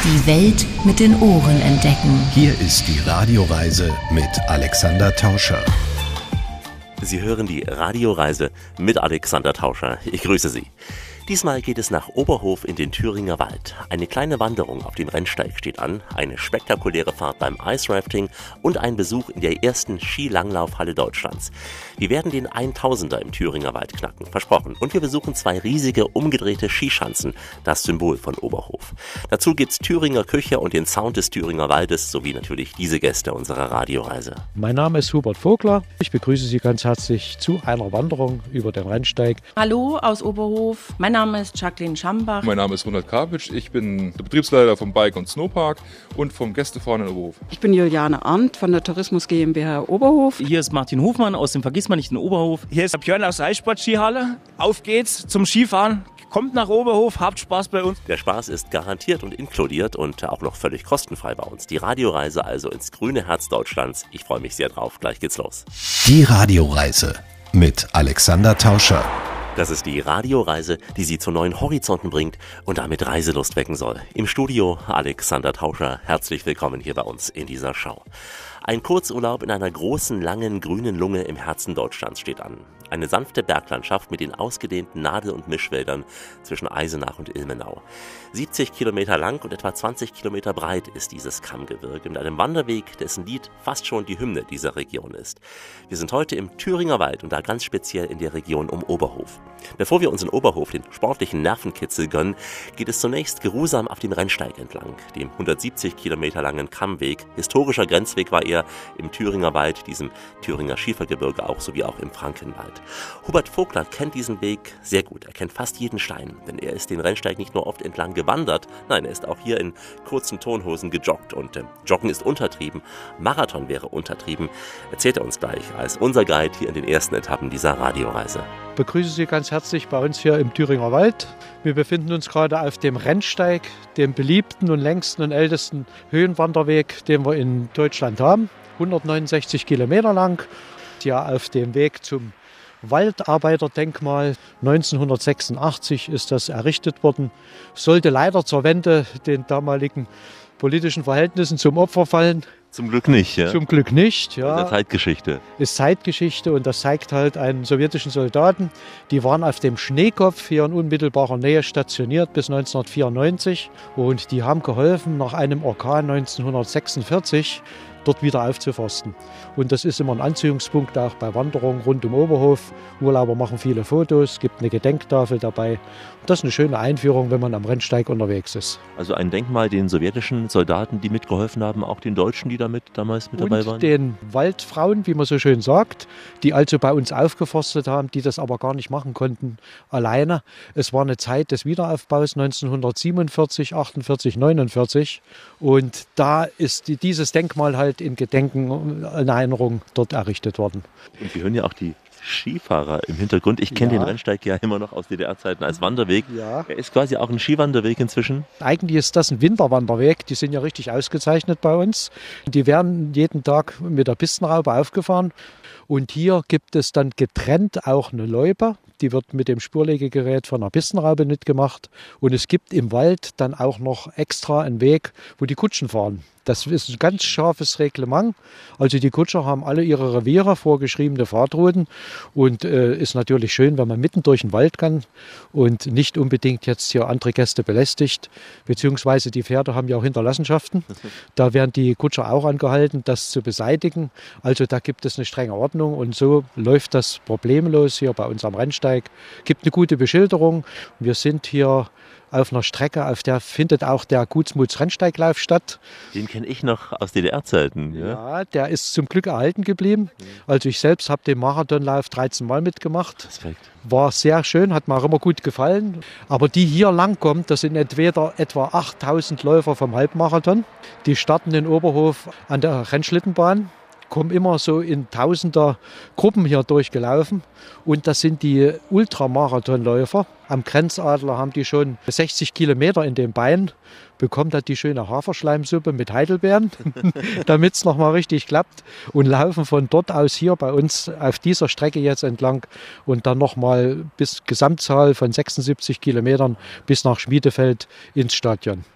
Die Welt mit den Ohren entdecken. Hier ist die Radioreise mit Alexander Tauscher. Sie hören die Radioreise mit Alexander Tauscher. Ich grüße Sie. Diesmal geht es nach Oberhof in den Thüringer Wald. Eine kleine Wanderung auf dem Rennsteig steht an, eine spektakuläre Fahrt beim Ice Rafting und ein Besuch in der ersten Skilanglaufhalle Deutschlands. Wir werden den 1000er im Thüringer Wald knacken, versprochen. Und wir besuchen 2 riesige, umgedrehte Skischanzen, das Symbol von Oberhof. Dazu gibt's Thüringer Küche und den Sound des Thüringer Waldes, sowie natürlich diese Gäste unserer Radioreise. Mein Name ist Hubert Vogler. Ich begrüße Sie ganz herzlich zu einer Wanderung über den Rennsteig. Hallo aus Oberhof. Mein Name ist Jacqueline Schambach. Mein Name ist Ronald Karpitsch. Ich bin der Betriebsleiter vom Bike- und Snowpark und vom Gästefahren in Oberhof. Ich bin Juliane Arndt von der Tourismus GmbH Oberhof. Hier ist Martin Hofmann aus dem Vergissmeinnicht Oberhof. Hier ist Björn aus der Eissport-Skihalle. Auf geht's zum Skifahren. Kommt nach Oberhof, habt Spaß bei uns. Der Spaß ist garantiert und inkludiert und auch noch völlig kostenfrei bei uns. Die Radioreise also ins grüne Herz Deutschlands. Ich freue mich sehr drauf. Gleich geht's los. Die Radioreise mit Alexander Tauscher. Das ist die Radioreise, die Sie zu neuen Horizonten bringt und damit Reiselust wecken soll. Im Studio Alexander Tauscher. Herzlich willkommen hier bei uns in dieser Show. Ein Kurzurlaub in einer großen, langen, grünen Lunge im Herzen Deutschlands steht an. Eine sanfte Berglandschaft mit den ausgedehnten Nadel- und Mischwäldern zwischen Eisenach und Ilmenau. 70 Kilometer lang und etwa 20 Kilometer breit ist dieses Kammgebirge mit einem Wanderweg, dessen Lied fast schon die Hymne dieser Region ist. Wir sind heute im Thüringer Wald und da ganz speziell in der Region um Oberhof. Bevor wir uns in Oberhof den sportlichen Nervenkitzel gönnen, geht es zunächst geruhsam auf dem Rennsteig entlang, dem 170 Kilometer langen Kammweg. Historischer Grenzweg war er im Thüringer Wald, diesem Thüringer Schiefergebirge auch, sowie auch im Frankenwald. Hubert Vogler kennt diesen Weg sehr gut. Er kennt fast jeden Stein, denn er ist den Rennsteig nicht nur oft entlang gewandert, nein, er ist auch hier in kurzen Tonhosen gejoggt. Und Joggen ist untertrieben, Marathon wäre untertrieben, erzählt er uns gleich als unser Guide hier in den ersten Etappen dieser Radioreise. Ich begrüße Sie ganz herzlich bei uns hier im Thüringer Wald. Wir befinden uns gerade auf dem Rennsteig, dem beliebten und längsten und ältesten Höhenwanderweg, den wir in Deutschland haben. 169 Kilometer lang. Ja, auf dem Weg zum Waldarbeiterdenkmal. 1986 ist das errichtet worden. Sollte leider zur Wende den damaligen politischen Verhältnissen zum Opfer fallen. Zum Glück nicht, ja? Zum Glück nicht, ja. Das ist Zeitgeschichte. Ist Zeitgeschichte und das zeigt halt einen sowjetischen Soldaten. Die waren auf dem Schneekopf hier in unmittelbarer Nähe stationiert bis 1994 und die haben geholfen, nach einem Orkan 1946 dort wieder aufzuforsten. Und das ist immer ein Anziehungspunkt auch bei Wanderungen rund um Oberhof. Urlauber machen viele Fotos, es gibt eine Gedenktafel dabei. Und das ist eine schöne Einführung, wenn man am Rennsteig unterwegs ist. Also ein Denkmal den sowjetischen Soldaten, die mitgeholfen haben, auch den Deutschen, die damals mit dabei waren? Und den Waldfrauen, wie man so schön sagt, die also bei uns aufgeforstet haben, die das aber gar nicht machen konnten alleine. Es war eine Zeit des Wiederaufbaus 1947, 48, 49 und da ist dieses Denkmal halt in Gedenken, in Erinnerung dort errichtet worden. Und wir hören ja auch die Skifahrer im Hintergrund. Ich kenne den Rennsteig ja immer noch aus DDR-Zeiten als Wanderweg. Ja. Er ist quasi auch ein Skiwanderweg inzwischen. Eigentlich ist das ein Winterwanderweg. Die sind ja richtig ausgezeichnet bei uns. Die werden jeden Tag mit der Pistenraube aufgefahren. Und hier gibt es dann getrennt auch eine Loipe. Die wird mit dem Spurlegegerät von einer Pistenraube mitgemacht. Und es gibt im Wald dann auch noch extra einen Weg, wo die Kutschen fahren. Das ist ein ganz scharfes Reglement. Also die Kutscher haben alle ihre Reviere, vorgeschriebene Fahrtrouten. Und ist natürlich schön, wenn man mitten durch den Wald kann und nicht unbedingt jetzt hier andere Gäste belästigt. Beziehungsweise die Pferde haben ja auch Hinterlassenschaften. Da werden die Kutscher auch angehalten, das zu beseitigen. Also da gibt es eine strenge Ordnung und so läuft das problemlos hier bei uns am Rennsteig. Gibt eine gute Beschilderung. Wir sind hier auf einer Strecke, auf der findet auch der Gutsmuts-Rennsteiglauf statt. Den kenne ich noch aus DDR-Zeiten. Ja, der ist zum Glück erhalten geblieben. Also ich selbst habe den Marathonlauf 13 Mal mitgemacht. Respekt. War sehr schön, hat mir auch immer gut gefallen. Aber die hier langkommen, das sind etwa 8000 Läufer vom Halbmarathon. Die starten in Oberhof an der Rennschlittenbahn. Kommen immer so in Tausender Gruppen hier durchgelaufen. Und das sind die Ultramarathonläufer. Am Grenzadler haben die schon 60 Kilometer in den Beinen. Bekommt da die schöne Haferschleimsuppe mit Heidelbeeren, damit es nochmal richtig klappt. Und laufen von dort aus hier bei uns auf dieser Strecke jetzt entlang. Und dann nochmal bis Gesamtzahl von 76 Kilometern bis nach Schmiedefeld ins Stadion.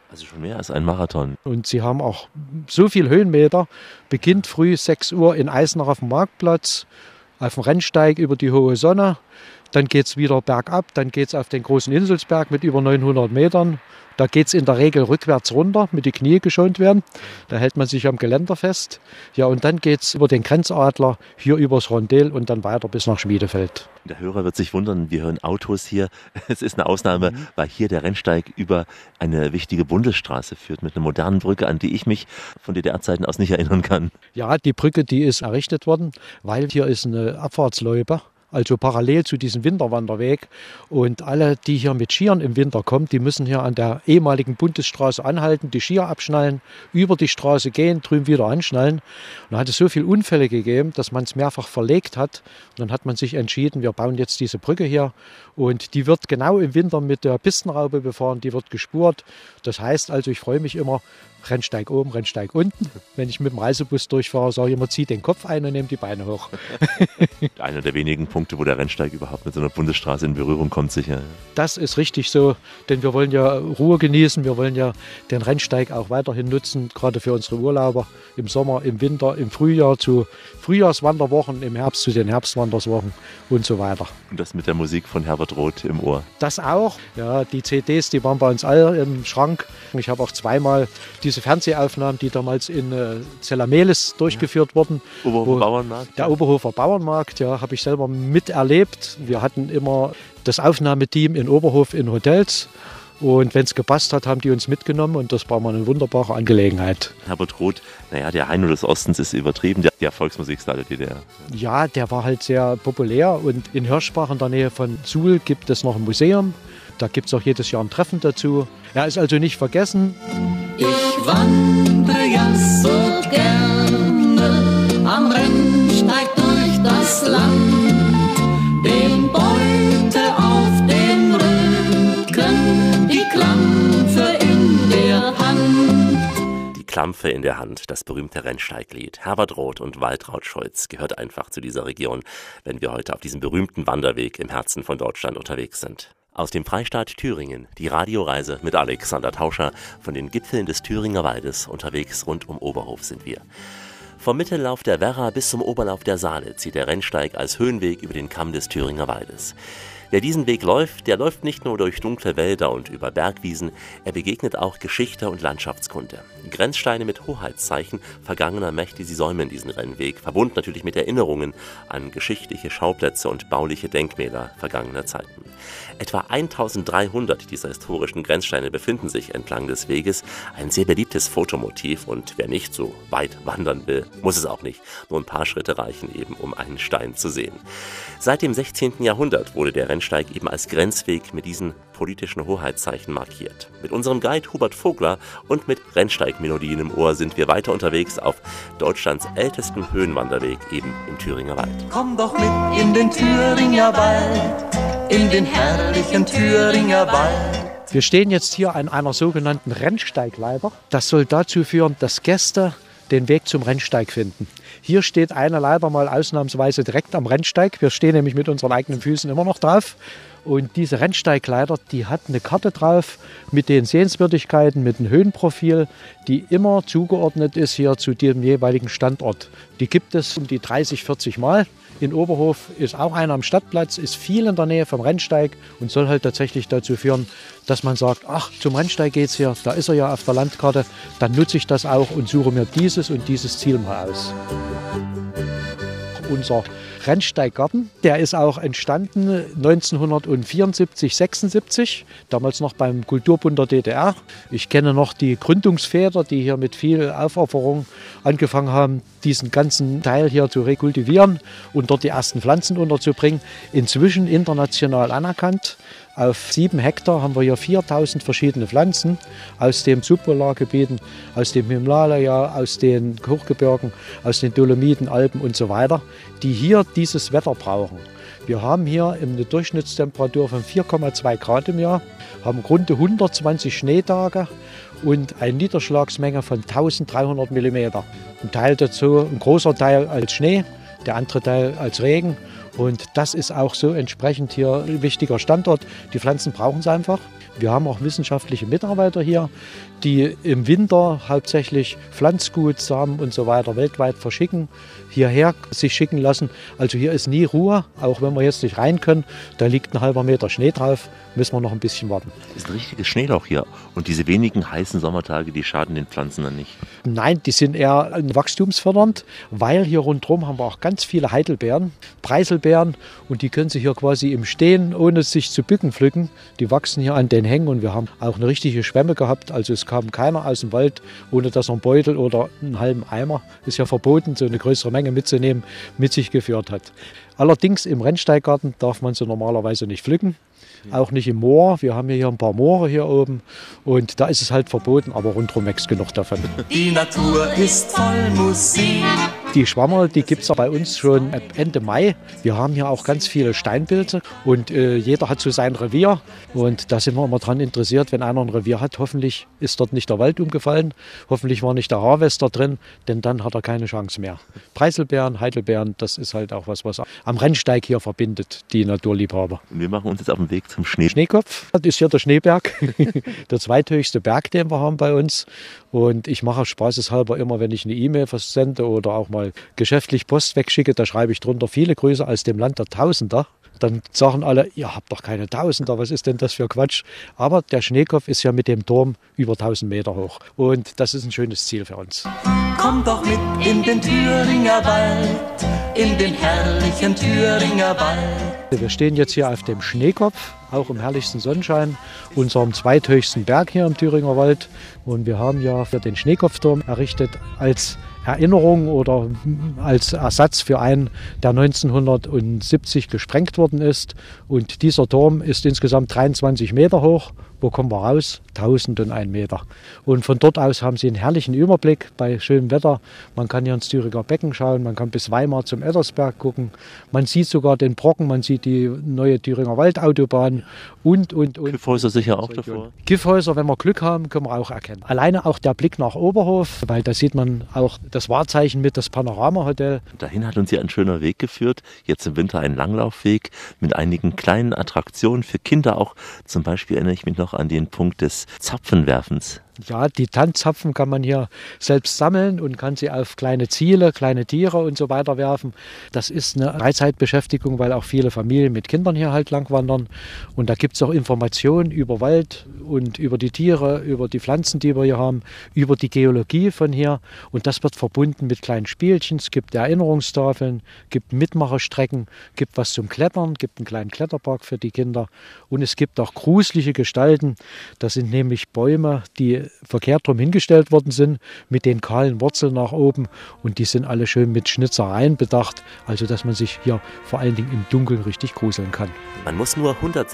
Also schon mehr als ein Marathon. Und sie haben auch so viel Höhenmeter, beginnt früh 6 Uhr in Eisenach auf dem Marktplatz, auf dem Rennsteig über die hohe Sonne. Dann geht es wieder bergab, dann geht es auf den großen Inselsberg mit über 900 Metern. Da geht es in der Regel rückwärts runter, mit den Knie geschont werden. Da hält man sich am Geländer fest. Ja, und dann geht es über den Grenzadler, hier übers Rondel und dann weiter bis nach Schmiedefeld. Der Hörer wird sich wundern, wir hören Autos hier. Es ist eine Ausnahme, weil hier der Rennsteig über eine wichtige Bundesstraße führt mit einer modernen Brücke, an die ich mich von DDR-Zeiten aus nicht erinnern kann. Ja, die Brücke, die ist errichtet worden, weil hier ist eine Abfahrtsloipe. Also parallel zu diesem Winterwanderweg. Und alle, die hier mit Skiern im Winter kommen, die müssen hier an der ehemaligen Bundesstraße anhalten, die Skier abschnallen, über die Straße gehen, drüben wieder anschnallen. Und da hat es so viele Unfälle gegeben, dass man es mehrfach verlegt hat. Und dann hat man sich entschieden, wir bauen jetzt diese Brücke hier. Und die wird genau im Winter mit der Pistenraube befahren, die wird gespurt. Das heißt also, ich freue mich immer, Rennsteig oben, Rennsteig unten. Wenn ich mit dem Reisebus durchfahre, sage ich immer, zieh den Kopf ein und nehme die Beine hoch. Einer der wenigen Punkte, wo der Rennsteig überhaupt mit so einer Bundesstraße in Berührung kommt, sicher. Das ist richtig so, denn wir wollen ja Ruhe genießen, wir wollen ja den Rennsteig auch weiterhin nutzen, gerade für unsere Urlauber im Sommer, im Winter, im Frühjahr zu Frühjahrswanderwochen, im Herbst zu den Herbstwanderswochen und so weiter. Und das mit der Musik von Herbert Roth im Ohr. Das auch. Ja, die CDs, die waren bei uns alle im Schrank. Ich habe auch zweimal diese Fernsehaufnahmen, die damals in Zellamelis durchgeführt wurden. Oberhofer Bauernmarkt? Der Oberhofer Bauernmarkt, ja, habe ich selber miterlebt. Wir hatten immer das Aufnahmeteam in Oberhof in Hotels. Und wenn es gepasst hat, haben die uns mitgenommen und das war mal eine wunderbare Angelegenheit. Herbert Roth, naja, der Heino des Ostens ist übertrieben, der Volksmusikstar der DDR. Ja, der war halt sehr populär und in Hirschbach in der Nähe von Suhl gibt es noch ein Museum. Da gibt es auch jedes Jahr ein Treffen dazu. Er ist also nicht vergessen. Ich wandere ja so gerne am Rennsteig durch das Land, den Beutel auf dem Rücken, die Klampfe in der Hand. Die Klampfe in der Hand, das berühmte Rennsteiglied. Herbert Roth und Waltraud Scholz gehört einfach zu dieser Region, wenn wir heute auf diesem berühmten Wanderweg im Herzen von Deutschland unterwegs sind. Aus dem Freistaat Thüringen, die Radioreise mit Alexander Tauscher. Von den Gipfeln des Thüringer Waldes unterwegs rund um Oberhof sind wir. Vom Mittellauf der Werra bis zum Oberlauf der Saale zieht der Rennsteig als Höhenweg über den Kamm des Thüringer Waldes. Wer diesen Weg läuft, der läuft nicht nur durch dunkle Wälder und über Bergwiesen, er begegnet auch Geschichte und Landschaftskunde. Grenzsteine mit Hoheitszeichen vergangener Mächte, sie säumen diesen Rennweg, verbunden natürlich mit Erinnerungen an geschichtliche Schauplätze und bauliche Denkmäler vergangener Zeiten. Etwa 1300 dieser historischen Grenzsteine befinden sich entlang des Weges, ein sehr beliebtes Fotomotiv und wer nicht so weit wandern will, muss es auch nicht. Nur ein paar Schritte reichen eben, um einen Stein zu sehen. Seit dem 16. Jahrhundert wurde der Rennsteig eben als Grenzweg mit diesen politischen Hoheitszeichen markiert. Mit unserem Guide Hubert Vogler und mit Rennsteigmelodien im Ohr sind wir weiter unterwegs auf Deutschlands ältesten Höhenwanderweg eben im Thüringer Wald. Komm doch mit in den Thüringer Wald, in den herrlichen Thüringer Wald. Wir stehen jetzt hier an einer sogenannten Rennsteigleiter. Das soll dazu führen, dass Gäste den Weg zum Rennsteig finden. Hier steht eine Leiter mal ausnahmsweise direkt am Rennsteig. Wir stehen nämlich mit unseren eigenen Füßen immer noch drauf. Und diese Rennsteigleiter, die hat eine Karte drauf mit den Sehenswürdigkeiten, mit dem Höhenprofil, die immer zugeordnet ist hier zu dem jeweiligen Standort. Die gibt es um die 30, 40 Mal. In Oberhof ist auch einer am Stadtplatz, ist viel in der Nähe vom Rennsteig und soll halt tatsächlich dazu führen, dass man sagt, ach, zum Rennsteig geht's hier, da ist er ja auf der Landkarte, dann nutze ich das auch und suche mir dieses und dieses Ziel mal aus. Unser Rennsteiggarten, der ist auch entstanden 1974, 76, damals noch beim Kulturbund der DDR. Ich kenne noch die Gründungsväter, die hier mit viel Aufopferung angefangen haben, diesen ganzen Teil hier zu rekultivieren und dort die ersten Pflanzen unterzubringen. Inzwischen international anerkannt. Auf 7 Hektar haben wir hier 4000 verschiedene Pflanzen aus den Subpolargebieten, aus dem Himalaya, aus den Hochgebirgen, aus den Dolomiten, Alpen und so weiter, die hier dieses Wetter brauchen. Wir haben hier eine Durchschnittstemperatur von 4,2 Grad im Jahr, haben rund 120 Schneetage und eine Niederschlagsmenge von 1300 mm. Ein Teil dazu, ein großer Teil als Schnee, der andere Teil als Regen. Und das ist auch so entsprechend hier ein wichtiger Standort. Die Pflanzen brauchen es einfach. Wir haben auch wissenschaftliche Mitarbeiter hier, die im Winter hauptsächlich Pflanzgut, Samen und so weiter weltweit verschicken, hierher sich schicken lassen. Also hier ist nie Ruhe, auch wenn wir jetzt nicht rein können. Da liegt ein halber Meter Schnee drauf, müssen wir noch ein bisschen warten. Das ist ein richtiges Schneeloch hier. Und diese wenigen heißen Sommertage, die schaden den Pflanzen dann nicht? Nein, die sind eher wachstumsfördernd, weil hier rundherum haben wir auch ganz viele Heidelbeeren, Preiselbeeren, und die können Sie hier quasi im Stehen, ohne sich zu bücken, pflücken. Die wachsen hier an den Hängen und wir haben auch eine richtige Schwemme gehabt. Also es kam keiner aus dem Wald, ohne dass er einen Beutel oder einen halben Eimer, ist ja verboten, so eine größere Menge mitzunehmen, mit sich geführt hat. Allerdings im Rennsteiggarten darf man sie normalerweise nicht pflücken. Auch nicht im Moor. Wir haben hier ein paar Moore hier oben und da ist es halt verboten, aber rundherum wächst genug davon. Die Natur ist voll Musik. Die Schwammerl, die gibt es bei uns schon ab Ende Mai. Wir haben hier auch ganz viele Steinpilze und jeder hat so sein Revier. Und da sind wir immer dran interessiert, wenn einer ein Revier hat. Hoffentlich ist dort nicht der Wald umgefallen. Hoffentlich war nicht der Harvester drin, denn dann hat er keine Chance mehr. Preiselbeeren, Heidelbeeren, das ist halt auch was am Rennsteig hier verbindet, die Naturliebhaber. Wir machen uns jetzt auf den Weg zum Schnee. Schneekopf, das ist hier der Schneeberg, der zweithöchste Berg, den wir haben bei uns. Und ich mache spaßeshalber immer, wenn ich eine E-Mail versende oder auch mal geschäftlich Post wegschicke, da schreibe ich drunter viele Grüße aus dem Land der Tausender. Dann sagen alle, ihr habt doch keine Tausender, was ist denn das für Quatsch? Aber der Schneekopf ist ja mit dem Turm über 1000 Meter hoch. Und das ist ein schönes Ziel für uns. Komm doch mit in den Thüringer Wald, in den herrlichen Thüringer Wald. Wir stehen jetzt hier auf dem Schneekopf, auch im herrlichsten Sonnenschein, unserem zweithöchsten Berg hier im Thüringer Wald. Und wir haben ja für den Schneekopfturm errichtet als Erinnerung oder als Ersatz für einen, der 1970 gesprengt worden ist. Und dieser Turm ist insgesamt 23 Meter hoch. Wo kommen wir raus? 1001 Meter. Und von dort aus haben Sie einen herrlichen Überblick bei schönem Wetter. Man kann hier ins Thüringer Becken schauen, man kann bis Weimar zum Ettersberg gucken. Man sieht sogar den Brocken, man sieht die neue Thüringer Waldautobahn und. Kiffhäuser sicher auch davor? Kiffhäuser, wenn wir Glück haben, können wir auch erkennen. Alleine auch der Blick nach Oberhof, weil da sieht man auch das Wahrzeichen mit das Panorama-Hotel. Dahin hat uns hier ein schöner Weg geführt. Jetzt im Winter ein Langlaufweg mit einigen kleinen Attraktionen für Kinder auch. Zum Beispiel erinnere ich mich noch an den Punkt des Zapfenwerfens. Ja, die Tanzzapfen kann man hier selbst sammeln und kann sie auf kleine Ziele, kleine Tiere und so weiter werfen. Das ist eine Freizeitbeschäftigung, weil auch viele Familien mit Kindern hier halt lang wandern. Und da gibt es auch Informationen über Wald und über die Tiere, über die Pflanzen, die wir hier haben, über die Geologie von hier. Und das wird verbunden mit kleinen Spielchen. Es gibt Erinnerungstafeln, gibt Mitmacherstrecken, gibt was zum Klettern, gibt einen kleinen Kletterpark für die Kinder. Und es gibt auch gruselige Gestalten. Das sind nämlich Bäume, die verkehrt drum hingestellt worden sind, mit den kahlen Wurzeln nach oben, und die sind alle schön mit Schnitzereien bedacht, also dass man sich hier vor allen Dingen im Dunkeln richtig gruseln kann. Man muss nur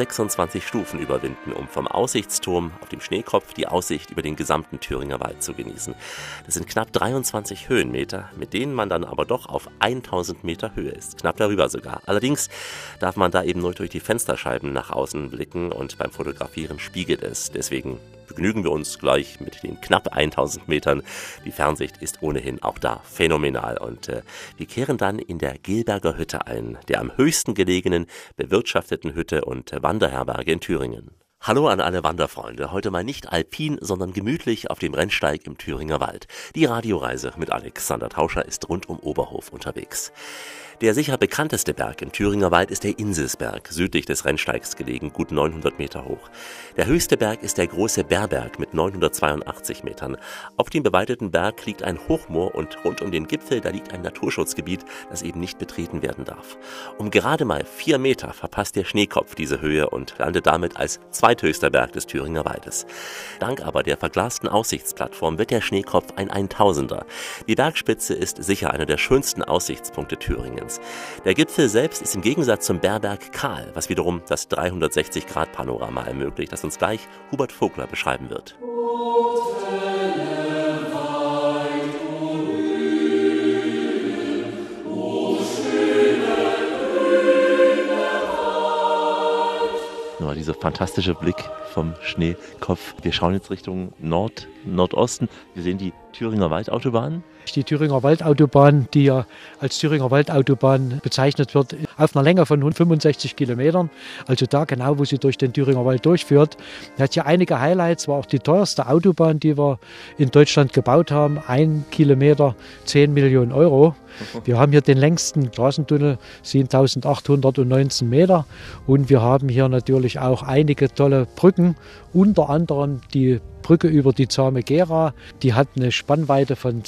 126 Stufen überwinden, um vom Aussichtsturm auf dem Schneekopf die Aussicht über den gesamten Thüringer Wald zu genießen. Das sind knapp 23 Höhenmeter, mit denen man dann aber doch auf 1000 Meter Höhe ist, knapp darüber sogar. Allerdings darf man da eben nur durch die Fensterscheiben nach außen blicken und beim Fotografieren spiegelt es. Deswegen begnügen wir uns gleich mit den knapp 1000 Metern. Die Fernsicht ist ohnehin auch da phänomenal. Und wir kehren dann in der Gilberger Hütte ein, der am höchsten gelegenen bewirtschafteten Hütte und Wanderherberge in Thüringen. Hallo an alle Wanderfreunde, heute mal nicht alpin, sondern gemütlich auf dem Rennsteig im Thüringer Wald. Die Radioreise mit Alexander Tauscher ist rund um Oberhof unterwegs. Der sicher bekannteste Berg im Thüringer Wald ist der Inselsberg, südlich des Rennsteigs gelegen, gut 900 Meter hoch. Der höchste Berg ist der große Bärberg mit 982 Metern. Auf dem beweideten Berg liegt ein Hochmoor und rund um den Gipfel, da liegt ein Naturschutzgebiet, das eben nicht betreten werden darf. Um gerade mal 4 Meter verpasst der Schneekopf diese Höhe und landet damit als zweithöchster Berg des Thüringer Waldes. Dank aber der verglasten Aussichtsplattform wird der Schneekopf ein 1000er. Die Bergspitze ist sicher einer der schönsten Aussichtspunkte Thüringens. Der Gipfel selbst ist im Gegensatz zum Bärberg kahl, was wiederum das 360-Grad-Panorama ermöglicht, das uns gleich Hubert Vogler beschreiben wird. Nur dieser fantastische Blick vom Schneekopf. Wir schauen jetzt Richtung Nordwesten. Nordosten. Wir sehen die Thüringer Waldautobahn. Die Thüringer Waldautobahn, die ja als Thüringer Waldautobahn bezeichnet wird, auf einer Länge von 165 Kilometern, also da genau, wo sie durch den Thüringer Wald durchführt. Die hat hier einige Highlights, war auch die teuerste Autobahn, die wir in Deutschland gebaut haben. 1 Kilometer, 10 Millionen Euro. Wir haben hier den längsten Straßentunnel, 7.819 Meter. Und wir haben hier natürlich auch einige tolle Brücken, unter anderem die Brücke über die Zahme Gera. Die hat eine Spannweite von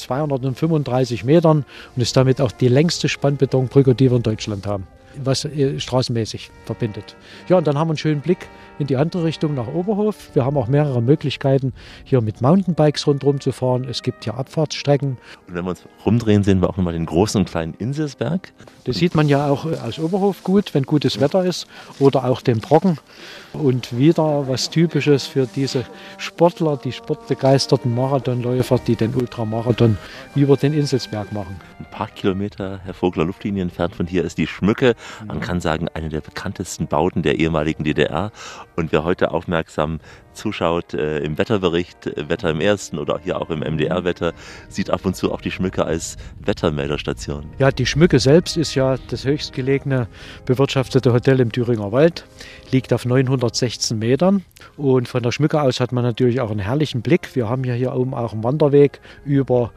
235 Metern und ist damit auch die längste Spannbetonbrücke, die wir in Deutschland haben, was straßenmäßig verbindet. Ja, und dann haben wir einen schönen Blick in die andere Richtung nach Oberhof. Wir haben auch mehrere Möglichkeiten, hier mit Mountainbikes rundherum zu fahren. Es gibt hier Abfahrtsstrecken. Und wenn wir uns rumdrehen, sehen wir auch nochmal den großen und kleinen Inselsberg. Das sieht man ja auch aus Oberhof gut, wenn gutes Wetter ist, oder auch den Brocken. Und wieder was Typisches für diese Sportler, die sportbegeisterten Marathonläufer, die den Ultramarathon über den Inselsberg machen. Ein paar Kilometer, Herr Vogler, Luftlinie entfernt von hier ist die Schmücke. Man kann sagen, eine der bekanntesten Bauten der ehemaligen DDR. Und wer heute aufmerksam zuschaut im Wetterbericht, Wetter im Ersten oder hier auch im MDR-Wetter, sieht ab und zu auch die Schmücke als Wettermelderstation. Ja, die Schmücke selbst ist ja das höchstgelegene bewirtschaftete Hotel im Thüringer Wald, liegt auf 916 Metern. Und von der Schmücke aus hat man natürlich auch einen herrlichen Blick. Wir haben hier oben auch einen Wanderweg über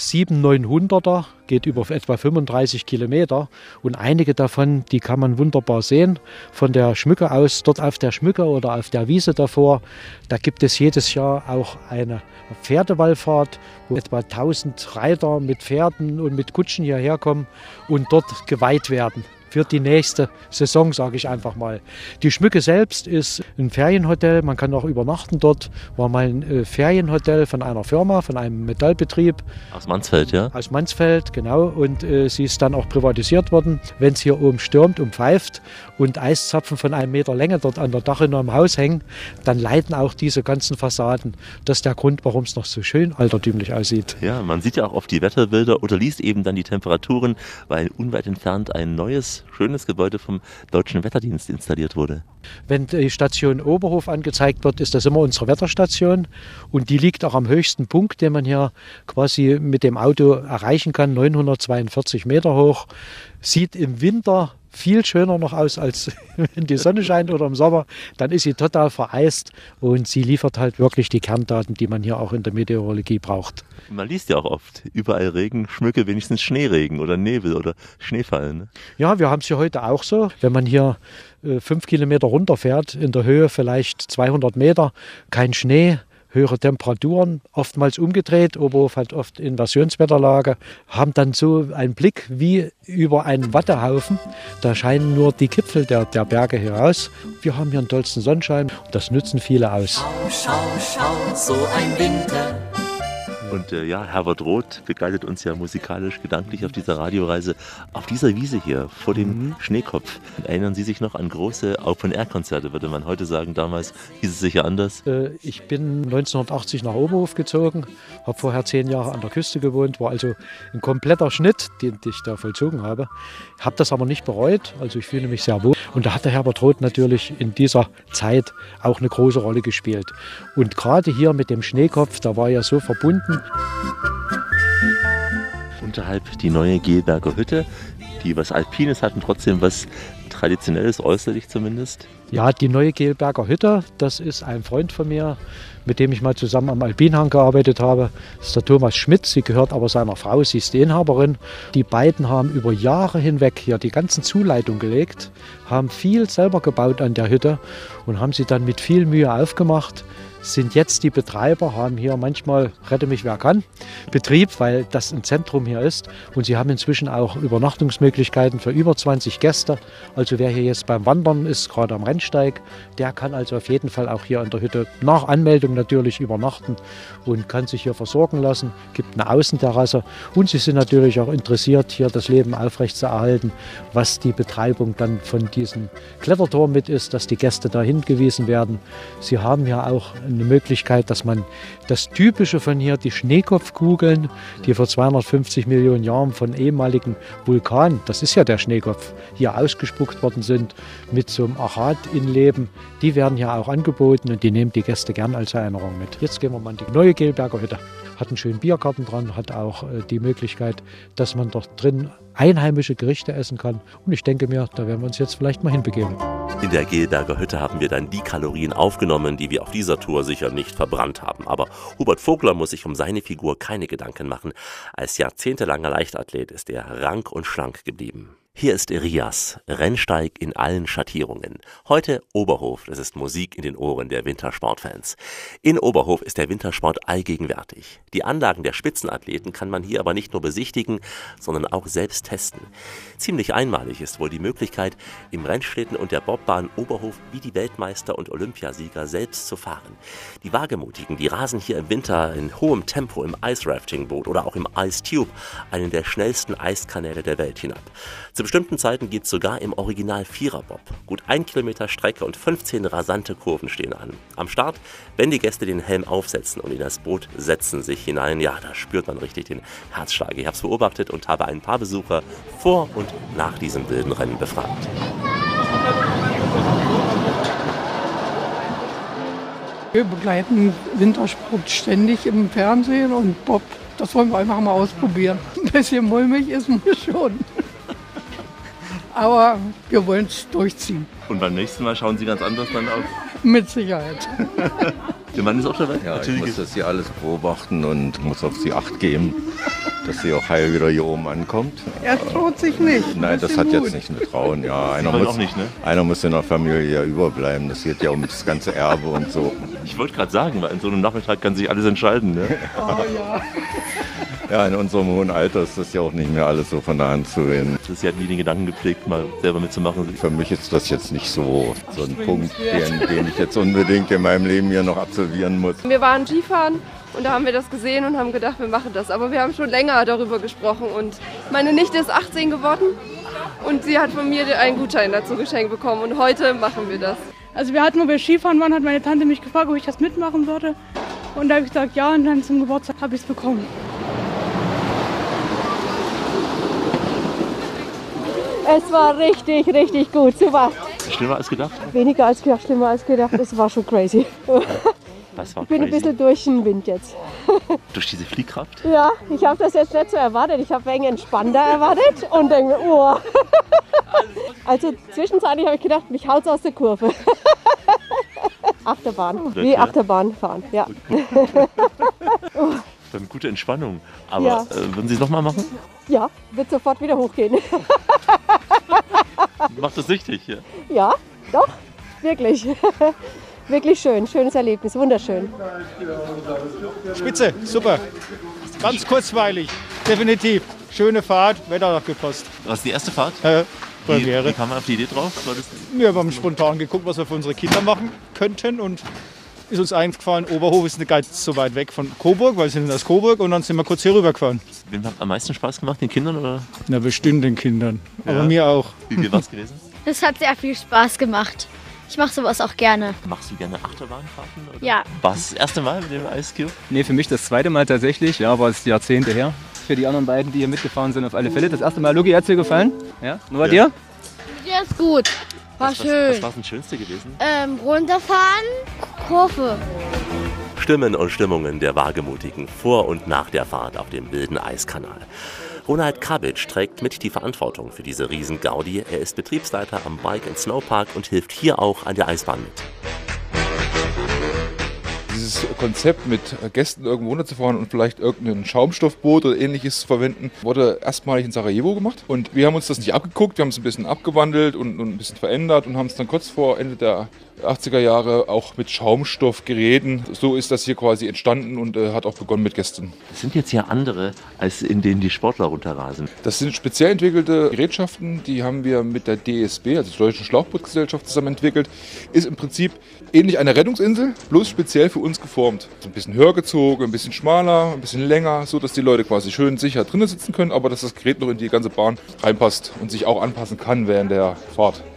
7 900er, geht über etwa 35 Kilometer. Und einige davon, die kann man wunderbar sehen. Von der Schmücke aus, dort auf der Schmücke oder auf der Wiese davor, da gibt es jedes Jahr auch eine Pferdewallfahrt, wo etwa 1000 Reiter mit Pferden und mit Kutschen hierher kommen und dort geweiht werden. Für die nächste Saison, sage ich einfach mal. Die Schmücke selbst ist ein Ferienhotel, man kann auch übernachten dort. War mal ein Ferienhotel von einer Firma, von einem Metallbetrieb. Aus Mansfeld, ja? Aus Mansfeld, genau. Und sie ist dann auch privatisiert worden. Wenn es hier oben stürmt und pfeift und Eiszapfen von 1 Meter Länge dort an der Dachrinne am Haus hängen, dann leiden auch diese ganzen Fassaden. Das ist der Grund, warum es noch so schön altertümlich aussieht. Ja, man sieht ja auch oft die Wetterbilder oder liest eben dann die Temperaturen, weil unweit entfernt ein neues schönes Gebäude vom Deutschen Wetterdienst installiert wurde. Wenn die Station Oberhof angezeigt wird, ist das immer unsere Wetterstation und die liegt auch am höchsten Punkt, den man hier quasi mit dem Auto erreichen kann, 942 Meter hoch. Sieht im Winter viel schöner noch aus, als wenn die Sonne scheint oder im Sommer. Dann ist sie total vereist und sie liefert halt wirklich die Kerndaten, die man hier auch in der Meteorologie braucht. Man liest ja auch oft, überall Regen, Schmücke wenigstens Schneeregen oder Nebel oder Schneefall. Ne? Ja, wir haben es hier heute auch so. Wenn man hier 5 Kilometer runterfährt, in der Höhe vielleicht 200 Meter, kein Schnee, höhere Temperaturen, oftmals umgedreht, Oberhof hat oft Inversionswetterlage, haben dann so einen Blick wie über einen Wattehaufen. Da scheinen nur die Gipfel der Berge heraus. Wir haben hier einen tollsten Sonnenschein und das nutzen viele aus. Schau, schau, schau, so ein Winter. Und ja, Herbert Roth begleitet uns ja musikalisch, gedanklich auf dieser Radioreise. Auf dieser Wiese hier, vor dem Schneekopf. Erinnern Sie sich noch an große Open-Air-Konzerte, würde man heute sagen. Damals hieß es sicher anders. Ich bin 1980 nach Oberhof gezogen, habe vorher 10 Jahre an der Küste gewohnt, war also ein kompletter Schnitt, den ich da vollzogen habe. Habe das aber nicht bereut, also ich fühle mich sehr wohl. Und da hat der Herbert Roth natürlich in dieser Zeit auch eine große Rolle gespielt. Und gerade hier mit dem Schneekopf, da war er so verbunden. Unterhalb die neue Gelberger Hütte, die was Alpines hat und trotzdem was Traditionelles, äußerlich zumindest. Ja, die neue Gelberger Hütte, das ist ein Freund von mir, mit dem ich mal zusammen am Alpinhang gearbeitet habe. Das ist der Thomas Schmidt, sie gehört aber seiner Frau, sie ist die Inhaberin. Die beiden haben über Jahre hinweg hier die ganzen Zuleitungen gelegt, haben viel selber gebaut an der Hütte und haben sie dann mit viel Mühe aufgemacht. Sind jetzt die Betreiber, haben hier manchmal, rette mich wer kann, Betrieb, weil das ein Zentrum hier ist. Und sie haben inzwischen auch Übernachtungsmöglichkeiten für über 20 Gäste. Also wer hier jetzt beim Wandern ist, gerade am Rennsteig, der kann also auf jeden Fall auch hier in der Hütte nach Anmeldung natürlich übernachten und kann sich hier versorgen lassen. Gibt eine Außenterrasse und sie sind natürlich auch interessiert, hier das Leben aufrechtzuerhalten, was die Betreibung dann von diesem Kletterturm mit ist, dass die Gäste da hingewiesen werden. Sie haben ja auch eine Möglichkeit, dass man das Typische von hier, die Schneekopfkugeln, die vor 250 Millionen Jahren von ehemaligen Vulkanen, das ist ja der Schneekopf, hier ausgespuckt gemacht worden sind mit so einem Achat-Innenleben, die werden hier auch angeboten und die nehmen die Gäste gern als Erinnerung mit. Jetzt gehen wir mal in die neue Gelberger Hütte. Hat einen schönen Biergarten dran, hat auch die Möglichkeit, dass man dort drin einheimische Gerichte essen kann. Und ich denke mir, da werden wir uns jetzt vielleicht mal hinbegeben. In der Gelberger Hütte haben wir dann die Kalorien aufgenommen, die wir auf dieser Tour sicher nicht verbrannt haben. Aber Hubert Vogler muss sich um seine Figur keine Gedanken machen. Als jahrzehntelanger Leichtathlet ist er rank und schlank geblieben. Hier ist Rias, Rennsteig in allen Schattierungen. Heute Oberhof, das ist Musik in den Ohren der Wintersportfans. In Oberhof ist der Wintersport allgegenwärtig. Die Anlagen der Spitzenathleten kann man hier aber nicht nur besichtigen, sondern auch selbst testen. Ziemlich einmalig ist wohl die Möglichkeit, im Rennschlitten und der Bobbahn Oberhof wie die Weltmeister und Olympiasieger selbst zu fahren. Die Wagemutigen, die rasen hier im Winter in hohem Tempo im Ice-Rafting-Boot oder auch im Ice Tube, einen der schnellsten Eiskanäle der Welt, hinab. Zu bestimmten Zeiten geht es sogar im Original Viererbob. Gut 1 Kilometer Strecke und 15 rasante Kurven stehen an. Am Start, wenn die Gäste den Helm aufsetzen und in das Boot setzen sich hinein, ja, da spürt man richtig den Herzschlag. Ich habe es beobachtet und habe ein paar Besucher vor und nach diesem wilden Rennen befragt. Wir begleiten Wintersport ständig im Fernsehen und Bob, das wollen wir einfach mal ausprobieren. Ein bisschen mulmig ist mir schon. Aber wir wollen es durchziehen. Und beim nächsten Mal schauen Sie ganz anders dann auf? Mit Sicherheit. Der Mann ist auch dabei? Ja, ich muss das hier alles beobachten und muss auf sie Acht geben, dass sie auch heil wieder hier oben ankommt. Er traut sich nicht. Nein, das hat jetzt nicht mit Trauen. Ja, einer muss in der Familie ja überbleiben. Das geht ja um das ganze Erbe und so. Ich wollte gerade sagen, weil in so einem Nachmittag kann sich alles entscheiden. Ne? Oh ja. Ja, in unserem hohen Alter ist das ja auch nicht mehr alles so von der Hand zu reden. Sie hatten nie den Gedanken gepflegt, mal selber mitzumachen? Für mich ist das jetzt nicht so ein Punkt, den ich jetzt unbedingt in meinem Leben hier noch absolvieren muss. Wir waren Skifahren und da haben wir das gesehen und haben gedacht, wir machen das. Aber wir haben schon länger darüber gesprochen und meine Nichte ist 18 geworden und sie hat von mir einen Gutschein dazu geschenkt bekommen und heute machen wir das. Also wir hatten, wo wir Skifahren waren, hat meine Tante mich gefragt, ob ich das mitmachen würde. Und da habe ich gesagt, ja, und dann zum Geburtstag habe ich es bekommen. Es war richtig, richtig gut. Super. Schlimmer als gedacht? Weniger als gedacht, schlimmer als gedacht. Es war schon crazy. Was war ich bin crazy? ein bisschen durch den Wind jetzt. Durch diese Fliehkraft? Ja, ich habe das jetzt nicht so erwartet. Ich habe ein wenig entspannter erwartet und denke, oh. Also zwischenzeitlich habe ich gedacht, mich haut's aus der Kurve. Achterbahn, wie Achterbahn fahren, ja. Dann gute Entspannung. Aber würden Sie es nochmal machen? Ja, wird sofort wieder hochgehen. Macht das süchtig hier? Ja, doch, wirklich. Wirklich schön, schönes Erlebnis, wunderschön. Spitze, super. Ganz kurzweilig, definitiv. Schöne Fahrt, Wetter hat gepasst. Was ist die erste Fahrt? Premiere. Wie kam man auf die Idee drauf? Wir haben spontan geguckt, was wir für unsere Kinder machen könnten und ist uns eingefallen, Oberhof ist nicht ganz so weit weg von Coburg, weil wir sind aus Coburg und dann sind wir kurz hier rüber gefahren. Wem hat am meisten Spaß gemacht, den Kindern oder? Na, bestimmt den Kindern, aber mir auch. Wie viel war es gewesen? Es hat sehr viel Spaß gemacht. Ich mache sowas auch gerne. Machst du gerne Achterbahnfahrten? Oder? Ja. War es das erste Mal mit dem Ice Cube? Nee, für mich das zweite Mal tatsächlich. Ja, war es Jahrzehnte her. Für die anderen beiden, die hier mitgefahren sind, auf alle Fälle. Das erste Mal, Luki, hat es dir gefallen? Ja. Nur bei dir? Ja, ist gut. War schön. Was war das Schönste gewesen? Runterfahren, Kurve. Stimmen und Stimmungen der Wagemutigen vor und nach der Fahrt auf dem wilden Eiskanal. Ronald Kabitsch trägt mit die Verantwortung für diese Riesen-Gaudi. Er ist Betriebsleiter am Bike & Snowpark und hilft hier auch an der Eisbahn mit. Dieses Konzept, mit Gästen irgendwo runterzufahren und vielleicht irgendein Schaumstoffboot oder ähnliches zu verwenden, wurde erstmalig in Sarajevo gemacht. Und wir haben uns das nicht abgeguckt, wir haben es ein bisschen abgewandelt und ein bisschen verändert und haben es dann kurz vor Ende der 80er Jahre auch mit Schaumstoffgeräten. So ist das hier quasi entstanden und hat auch begonnen mit Gästen. Das sind jetzt ja andere, als in denen die Sportler runterrasen. Das sind speziell entwickelte Gerätschaften, die haben wir mit der DSB, also der Deutschen Schlauchbootgesellschaft, zusammen entwickelt. Ist im Prinzip ähnlich einer Rettungsinsel, bloß speziell für uns geformt. So ein bisschen höher gezogen, ein bisschen schmaler, ein bisschen länger, so dass die Leute quasi schön sicher drinnen sitzen können, aber dass das Gerät noch in die ganze Bahn reinpasst und sich auch anpassen kann während der Fahrt.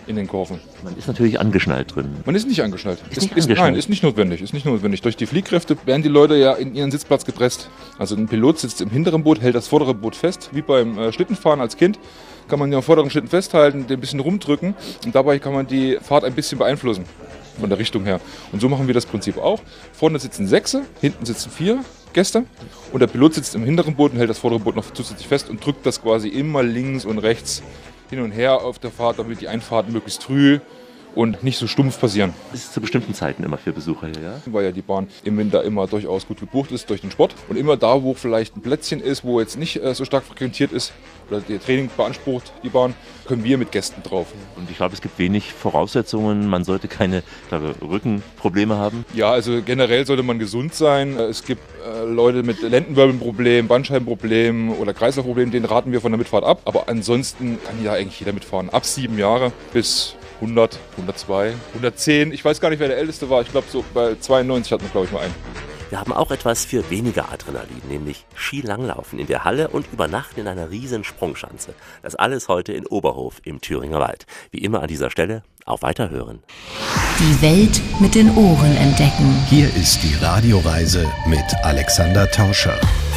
in den Kurven. Man ist natürlich angeschnallt drin. Man ist nicht angeschnallt. Nein, ist nicht notwendig. Durch die Fliehkräfte werden die Leute ja in ihren Sitzplatz gepresst. Also ein Pilot sitzt im hinteren Boot, hält das vordere Boot fest, wie beim Schlittenfahren als Kind. Kann man ja am vorderen Schlitten festhalten, den ein bisschen rumdrücken und dabei kann man die Fahrt ein bisschen beeinflussen von der Richtung her. Und so machen wir das Prinzip auch. Vorne sitzen 6, hinten sitzen 4 Gäste und der Pilot sitzt im hinteren Boot und hält das vordere Boot noch zusätzlich fest und drückt das quasi immer links und rechts hin und her auf der Fahrt, damit die Einfahrten möglichst früh und nicht so stumpf passieren. Das ist zu bestimmten Zeiten immer für Besucher hier, ja? Weil ja die Bahn im Winter immer durchaus gut gebucht ist durch den Sport. Und immer da, wo vielleicht ein Plätzchen ist, wo jetzt nicht so stark frequentiert ist oder der Training beansprucht die Bahn, können wir mit Gästen drauf. Und ich glaube, es gibt wenig Voraussetzungen. Man sollte keine Rückenprobleme haben. Ja, also generell sollte man gesund sein. Es gibt Leute mit Lendenwirbelproblemen, Bandscheibenproblemen oder Kreislaufproblemen, denen raten wir von der Mitfahrt ab. Aber ansonsten kann ja eigentlich jeder mitfahren. Ab 7 Jahre bis 100, 102, 110. Ich weiß gar nicht, wer der Älteste war. Ich glaube, so bei 92 hatten wir, glaube ich, mal einen. Wir haben auch etwas für weniger Adrenalin, nämlich Skilanglaufen in der Halle und Übernachten in einer riesen Sprungschanze. Das alles heute in Oberhof im Thüringer Wald. Wie immer an dieser Stelle, auf Weiterhören. Die Welt mit den Ohren entdecken. Hier ist die Radioreise mit Alexander Tauscher.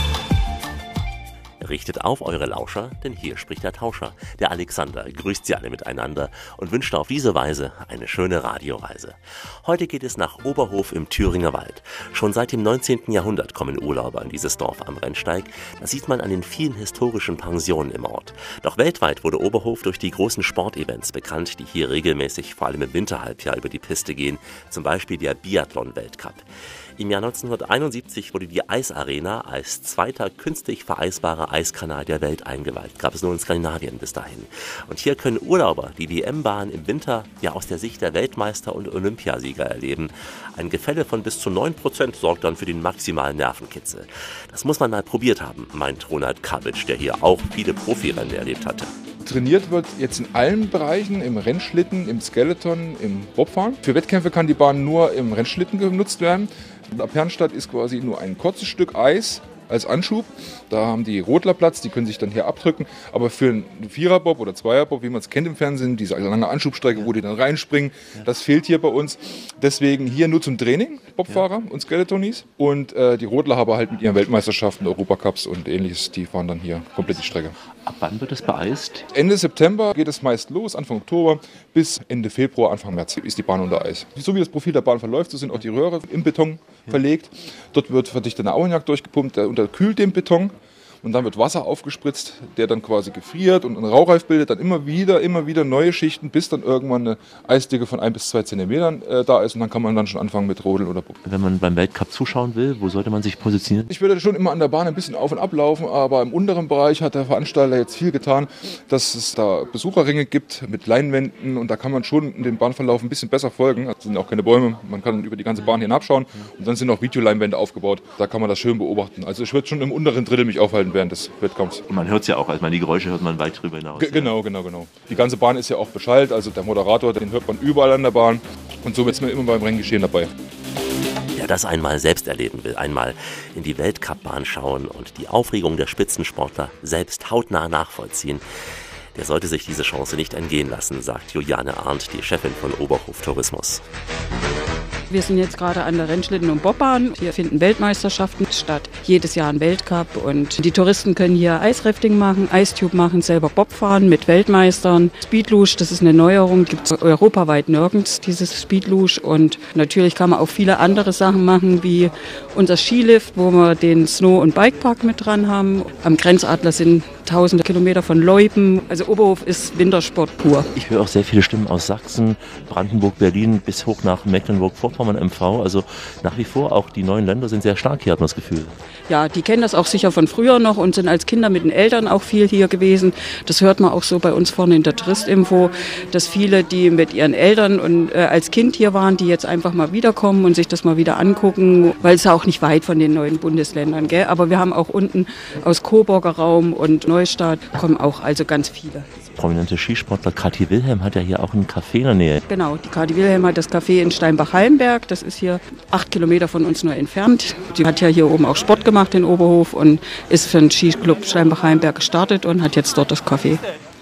Richtet auf eure Lauscher, denn hier spricht der Tauscher. Der Alexander grüßt sie alle miteinander und wünscht auf diese Weise eine schöne Radioreise. Heute geht es nach Oberhof im Thüringer Wald. Schon seit dem 19. Jahrhundert kommen Urlauber in dieses Dorf am Rennsteig. Das sieht man an den vielen historischen Pensionen im Ort. Doch weltweit wurde Oberhof durch die großen Sportevents bekannt, die hier regelmäßig vor allem im Winterhalbjahr über die Piste gehen, zum Beispiel der Biathlon-Weltcup. Im Jahr 1971 wurde die Eisarena als zweiter künstlich vereisbarer Eiskanal der Welt eingeweiht. Gab es nur in Skandinavien bis dahin. Und hier können Urlauber die WM-Bahn im Winter ja aus der Sicht der Weltmeister und Olympiasieger erleben. Ein Gefälle von bis zu 9% sorgt dann für den maximalen Nervenkitzel. Das muss man mal probiert haben, meint Ronald Kabitsch, der hier auch viele Profirennen erlebt hatte. Trainiert wird jetzt in allen Bereichen, im Rennschlitten, im Skeleton, im Bobfahren. Für Wettkämpfe kann die Bahn nur im Rennschlitten genutzt werden. Ab Herrnstadt ist quasi nur ein kurzes Stück Eis als Anschub. Da haben die Rodler Platz, die können sich dann hier abdrücken. Aber für einen Viererbob oder Zweierbob, wie man es kennt im Fernsehen, diese lange Anschubstrecke, wo die dann reinspringen, das fehlt hier bei uns. Deswegen hier nur zum Training, Bobfahrer und Skeletonis. Und die Rodler haben halt mit ihren Weltmeisterschaften, Europacups und ähnliches, die fahren dann hier komplett die Strecke. Ab wann wird es beeist? Ende September geht es meist los, Anfang Oktober bis Ende Februar, Anfang März ist die Bahn unter Eis. So wie das Profil der Bahn verläuft, so sind auch die Röhre im Beton verlegt. Dort wird verdichteter Ammoniak durchgepumpt, der unterkühlt den Beton. Und dann wird Wasser aufgespritzt, der dann quasi gefriert und einen Raureif bildet, dann immer wieder neue Schichten, bis dann irgendwann eine Eisdicke von 1 bis 2 Zentimetern da ist. Und dann kann man dann schon anfangen mit Rodeln oder Bucken. Wenn man beim Weltcup zuschauen will, wo sollte man sich positionieren? Ich würde schon immer an der Bahn ein bisschen auf und ab laufen, aber im unteren Bereich hat der Veranstalter jetzt viel getan, dass es da Besucherringe gibt mit Leinwänden und da kann man schon den Bahnverlauf ein bisschen besser folgen. Es sind auch keine Bäume, man kann über die ganze Bahn hinabschauen und dann sind auch Videoleinwände aufgebaut. Da kann man das schön beobachten. Also ich würde schon im unteren Drittel mich aufhalten während des Wettkampfs. Man hört es ja auch, also die Geräusche hört man weit drüber hinaus. Genau. Die ganze Bahn ist ja auch beschallt, also der Moderator, den hört man überall an der Bahn und so ist man immer beim Renngeschehen dabei. Wer das einmal selbst erleben will, einmal in die Weltcup-Bahn schauen und die Aufregung der Spitzensportler selbst hautnah nachvollziehen, der sollte sich diese Chance nicht entgehen lassen, sagt Juliane Arndt, die Chefin von Oberhof Tourismus. Wir sind jetzt gerade an der Rennschlitten- und Bobbahn. Hier finden Weltmeisterschaften statt. Jedes Jahr ein Weltcup. Und die Touristen können hier Eisrafting machen, Eistube machen, selber Bob fahren mit Weltmeistern. Speedluge, das ist eine Neuerung. Gibt es europaweit nirgends, dieses Speedluge. Und natürlich kann man auch viele andere Sachen machen, wie unser Skilift, wo wir den Snow- und Bikepark mit dran haben. Am Grenzadler sind tausende Kilometer von Loipen. Also Oberhof ist Wintersport pur. Ich höre auch sehr viele Stimmen aus Sachsen, Brandenburg, Berlin bis hoch nach Mecklenburg-Vorpommern, MV. Also nach wie vor auch die neuen Länder sind sehr stark hier, hat man das Gefühl. Ja, die kennen das auch sicher von früher noch und sind als Kinder mit den Eltern auch viel hier gewesen. Das hört man auch so bei uns vorne in der Touristinfo, dass viele, die mit ihren Eltern und als Kind hier waren, die jetzt einfach mal wiederkommen und sich das mal wieder angucken, weil es ja auch nicht weit von den neuen Bundesländern, gell? Aber wir haben auch unten aus Coburger Raum und Neustadt kommen auch also ganz viele. Prominente Skisportler Kathi Wilhelm hat ja hier auch ein Café in der Nähe. Genau, die Kathi Wilhelm hat das Café in Steinbach-Hallenberg. Das ist hier 8 Kilometer von uns nur entfernt. Sie hat ja hier oben auch Sport gemacht in Oberhof und ist für den Skiclub Steinbach-Hallenberg gestartet und hat jetzt dort das Café.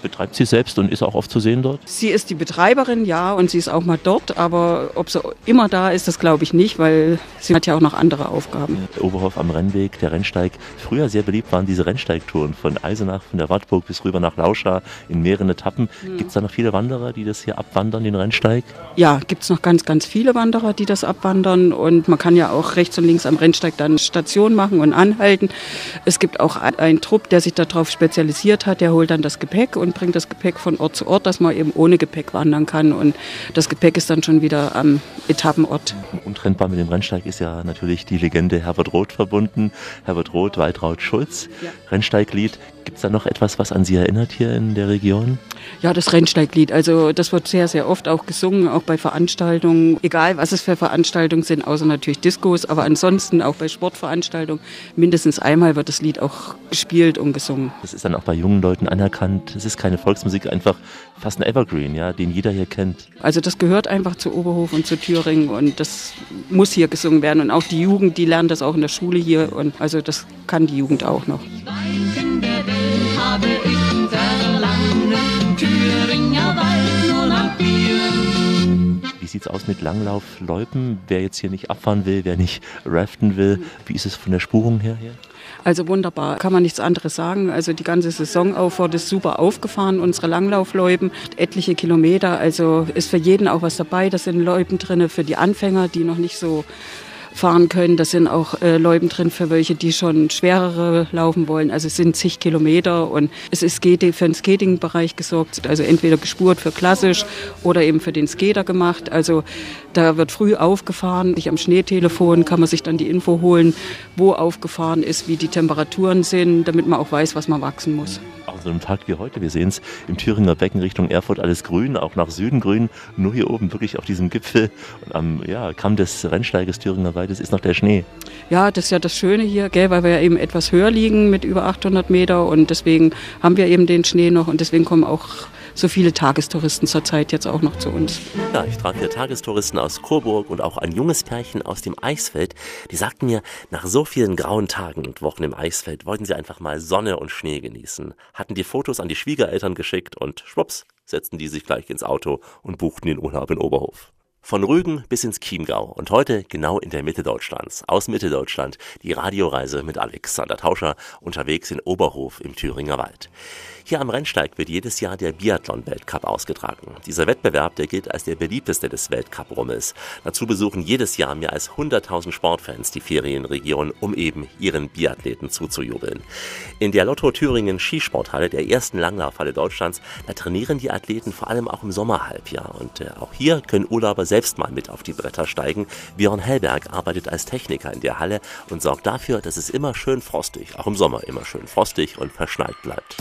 betreibt sie selbst und ist auch oft zu sehen dort? Sie ist die Betreiberin, ja, und sie ist auch mal dort, aber ob sie immer da ist, das glaube ich nicht, weil sie hat ja auch noch andere Aufgaben. Der Oberhof am Rennweg, der Rennsteig. Früher sehr beliebt waren diese Rennsteigtouren von Eisenach, von der Wartburg bis rüber nach Lauscha in mehreren Etappen. Gibt es da noch viele Wanderer, die das hier abwandern, den Rennsteig? Ja, gibt es noch ganz, ganz viele Wanderer, die das abwandern, und man kann ja auch rechts und links am Rennsteig dann Station machen und anhalten. Es gibt auch einen Trupp, der sich darauf spezialisiert hat, der holt dann das Gepäck und bringt das Gepäck von Ort zu Ort, dass man eben ohne Gepäck wandern kann, und das Gepäck ist dann schon wieder am Etappenort. Untrennbar mit dem Rennsteig ist ja natürlich die Legende Herbert Roth verbunden. Herbert Roth, Waltraud Schulz, ja. Rennsteiglied. Gibt es da noch etwas, was an Sie erinnert hier in der Region? Ja, das Rennsteiglied. Also das wird sehr, sehr oft auch gesungen, auch bei Veranstaltungen. Egal, was es für Veranstaltungen sind, außer natürlich Diskos, aber ansonsten auch bei Sportveranstaltungen. Mindestens einmal wird das Lied auch gespielt und gesungen. Das ist dann auch bei jungen Leuten anerkannt. Es ist keine Volksmusik, einfach fast ein Evergreen, ja, den jeder hier kennt. Also das gehört einfach zu Oberhof und zu Thüringen, und das muss hier gesungen werden. Und auch die Jugend, die lernt das auch in der Schule hier, und also das kann die Jugend auch noch. Habe ich verlangen, Thüringer Wald nur nach Bier. Wie sieht's aus mit Langlaufloipen? Wer jetzt hier nicht abfahren will, wer nicht raften will, wie ist es von der Spurung her? Also wunderbar, kann man nichts anderes sagen. Also die ganze Saison auf wurde super aufgefahren, unsere Langlaufloipen, etliche Kilometer. Also ist für jeden auch was dabei. Da sind Loipen drin für die Anfänger, die noch nicht so fahren können. Da sind auch Loipen drin für welche, die schon schwerere laufen wollen. Also es sind zig Kilometer, und es ist für den Skating-Bereich gesorgt. Also entweder gespurt für klassisch oder eben für den Skater gemacht. Also da wird früh aufgefahren. Am Schneetelefon kann man sich dann die Info holen, wo aufgefahren ist, wie die Temperaturen sind, damit man auch weiß, was man wachsen muss. Auch so einem Tag wie heute, wir sehen es im Thüringer Becken Richtung Erfurt, alles grün, auch nach Süden grün, nur hier oben wirklich auf diesem Gipfel und am Kamm des Rennsteiges Thüringer Waldes ist noch der Schnee. Ja, das ist ja das Schöne hier, gell, weil wir ja eben etwas höher liegen mit über 800 Meter, und deswegen haben wir eben den Schnee noch, und deswegen kommen auch so viele Tagestouristen zurzeit jetzt auch noch zu uns. Ja, ich traf hier Tagestouristen aus Coburg und auch ein junges Pärchen aus dem Eisfeld. Die sagten mir, nach so vielen grauen Tagen und Wochen im Eisfeld wollten sie einfach mal Sonne und Schnee genießen. Hatten die Fotos an die Schwiegereltern geschickt und schwupps, setzten die sich gleich ins Auto und buchten den Urlaub in Oberhof. Von Rügen bis ins Chiemgau und heute genau in der Mitte Deutschlands, aus Mitteldeutschland, die Radioreise mit Alexander Tauscher, unterwegs in Oberhof im Thüringer Wald. Hier am Rennsteig wird jedes Jahr der Biathlon-Weltcup ausgetragen. Dieser Wettbewerb, der gilt als der beliebteste des Weltcup-Rummels. Dazu besuchen jedes Jahr mehr als 100.000 Sportfans die Ferienregion, um eben ihren Biathleten zuzujubeln. In der Lotto Thüringen Skisporthalle, der ersten Langlaufhalle Deutschlands, da trainieren die Athleten vor allem auch im Sommerhalbjahr. Und auch hier können Urlauber selbst mal mit auf die Bretter steigen. Björn Hellberg arbeitet als Techniker in der Halle und sorgt dafür, dass es immer schön frostig, auch im Sommer immer schön frostig und verschneit bleibt.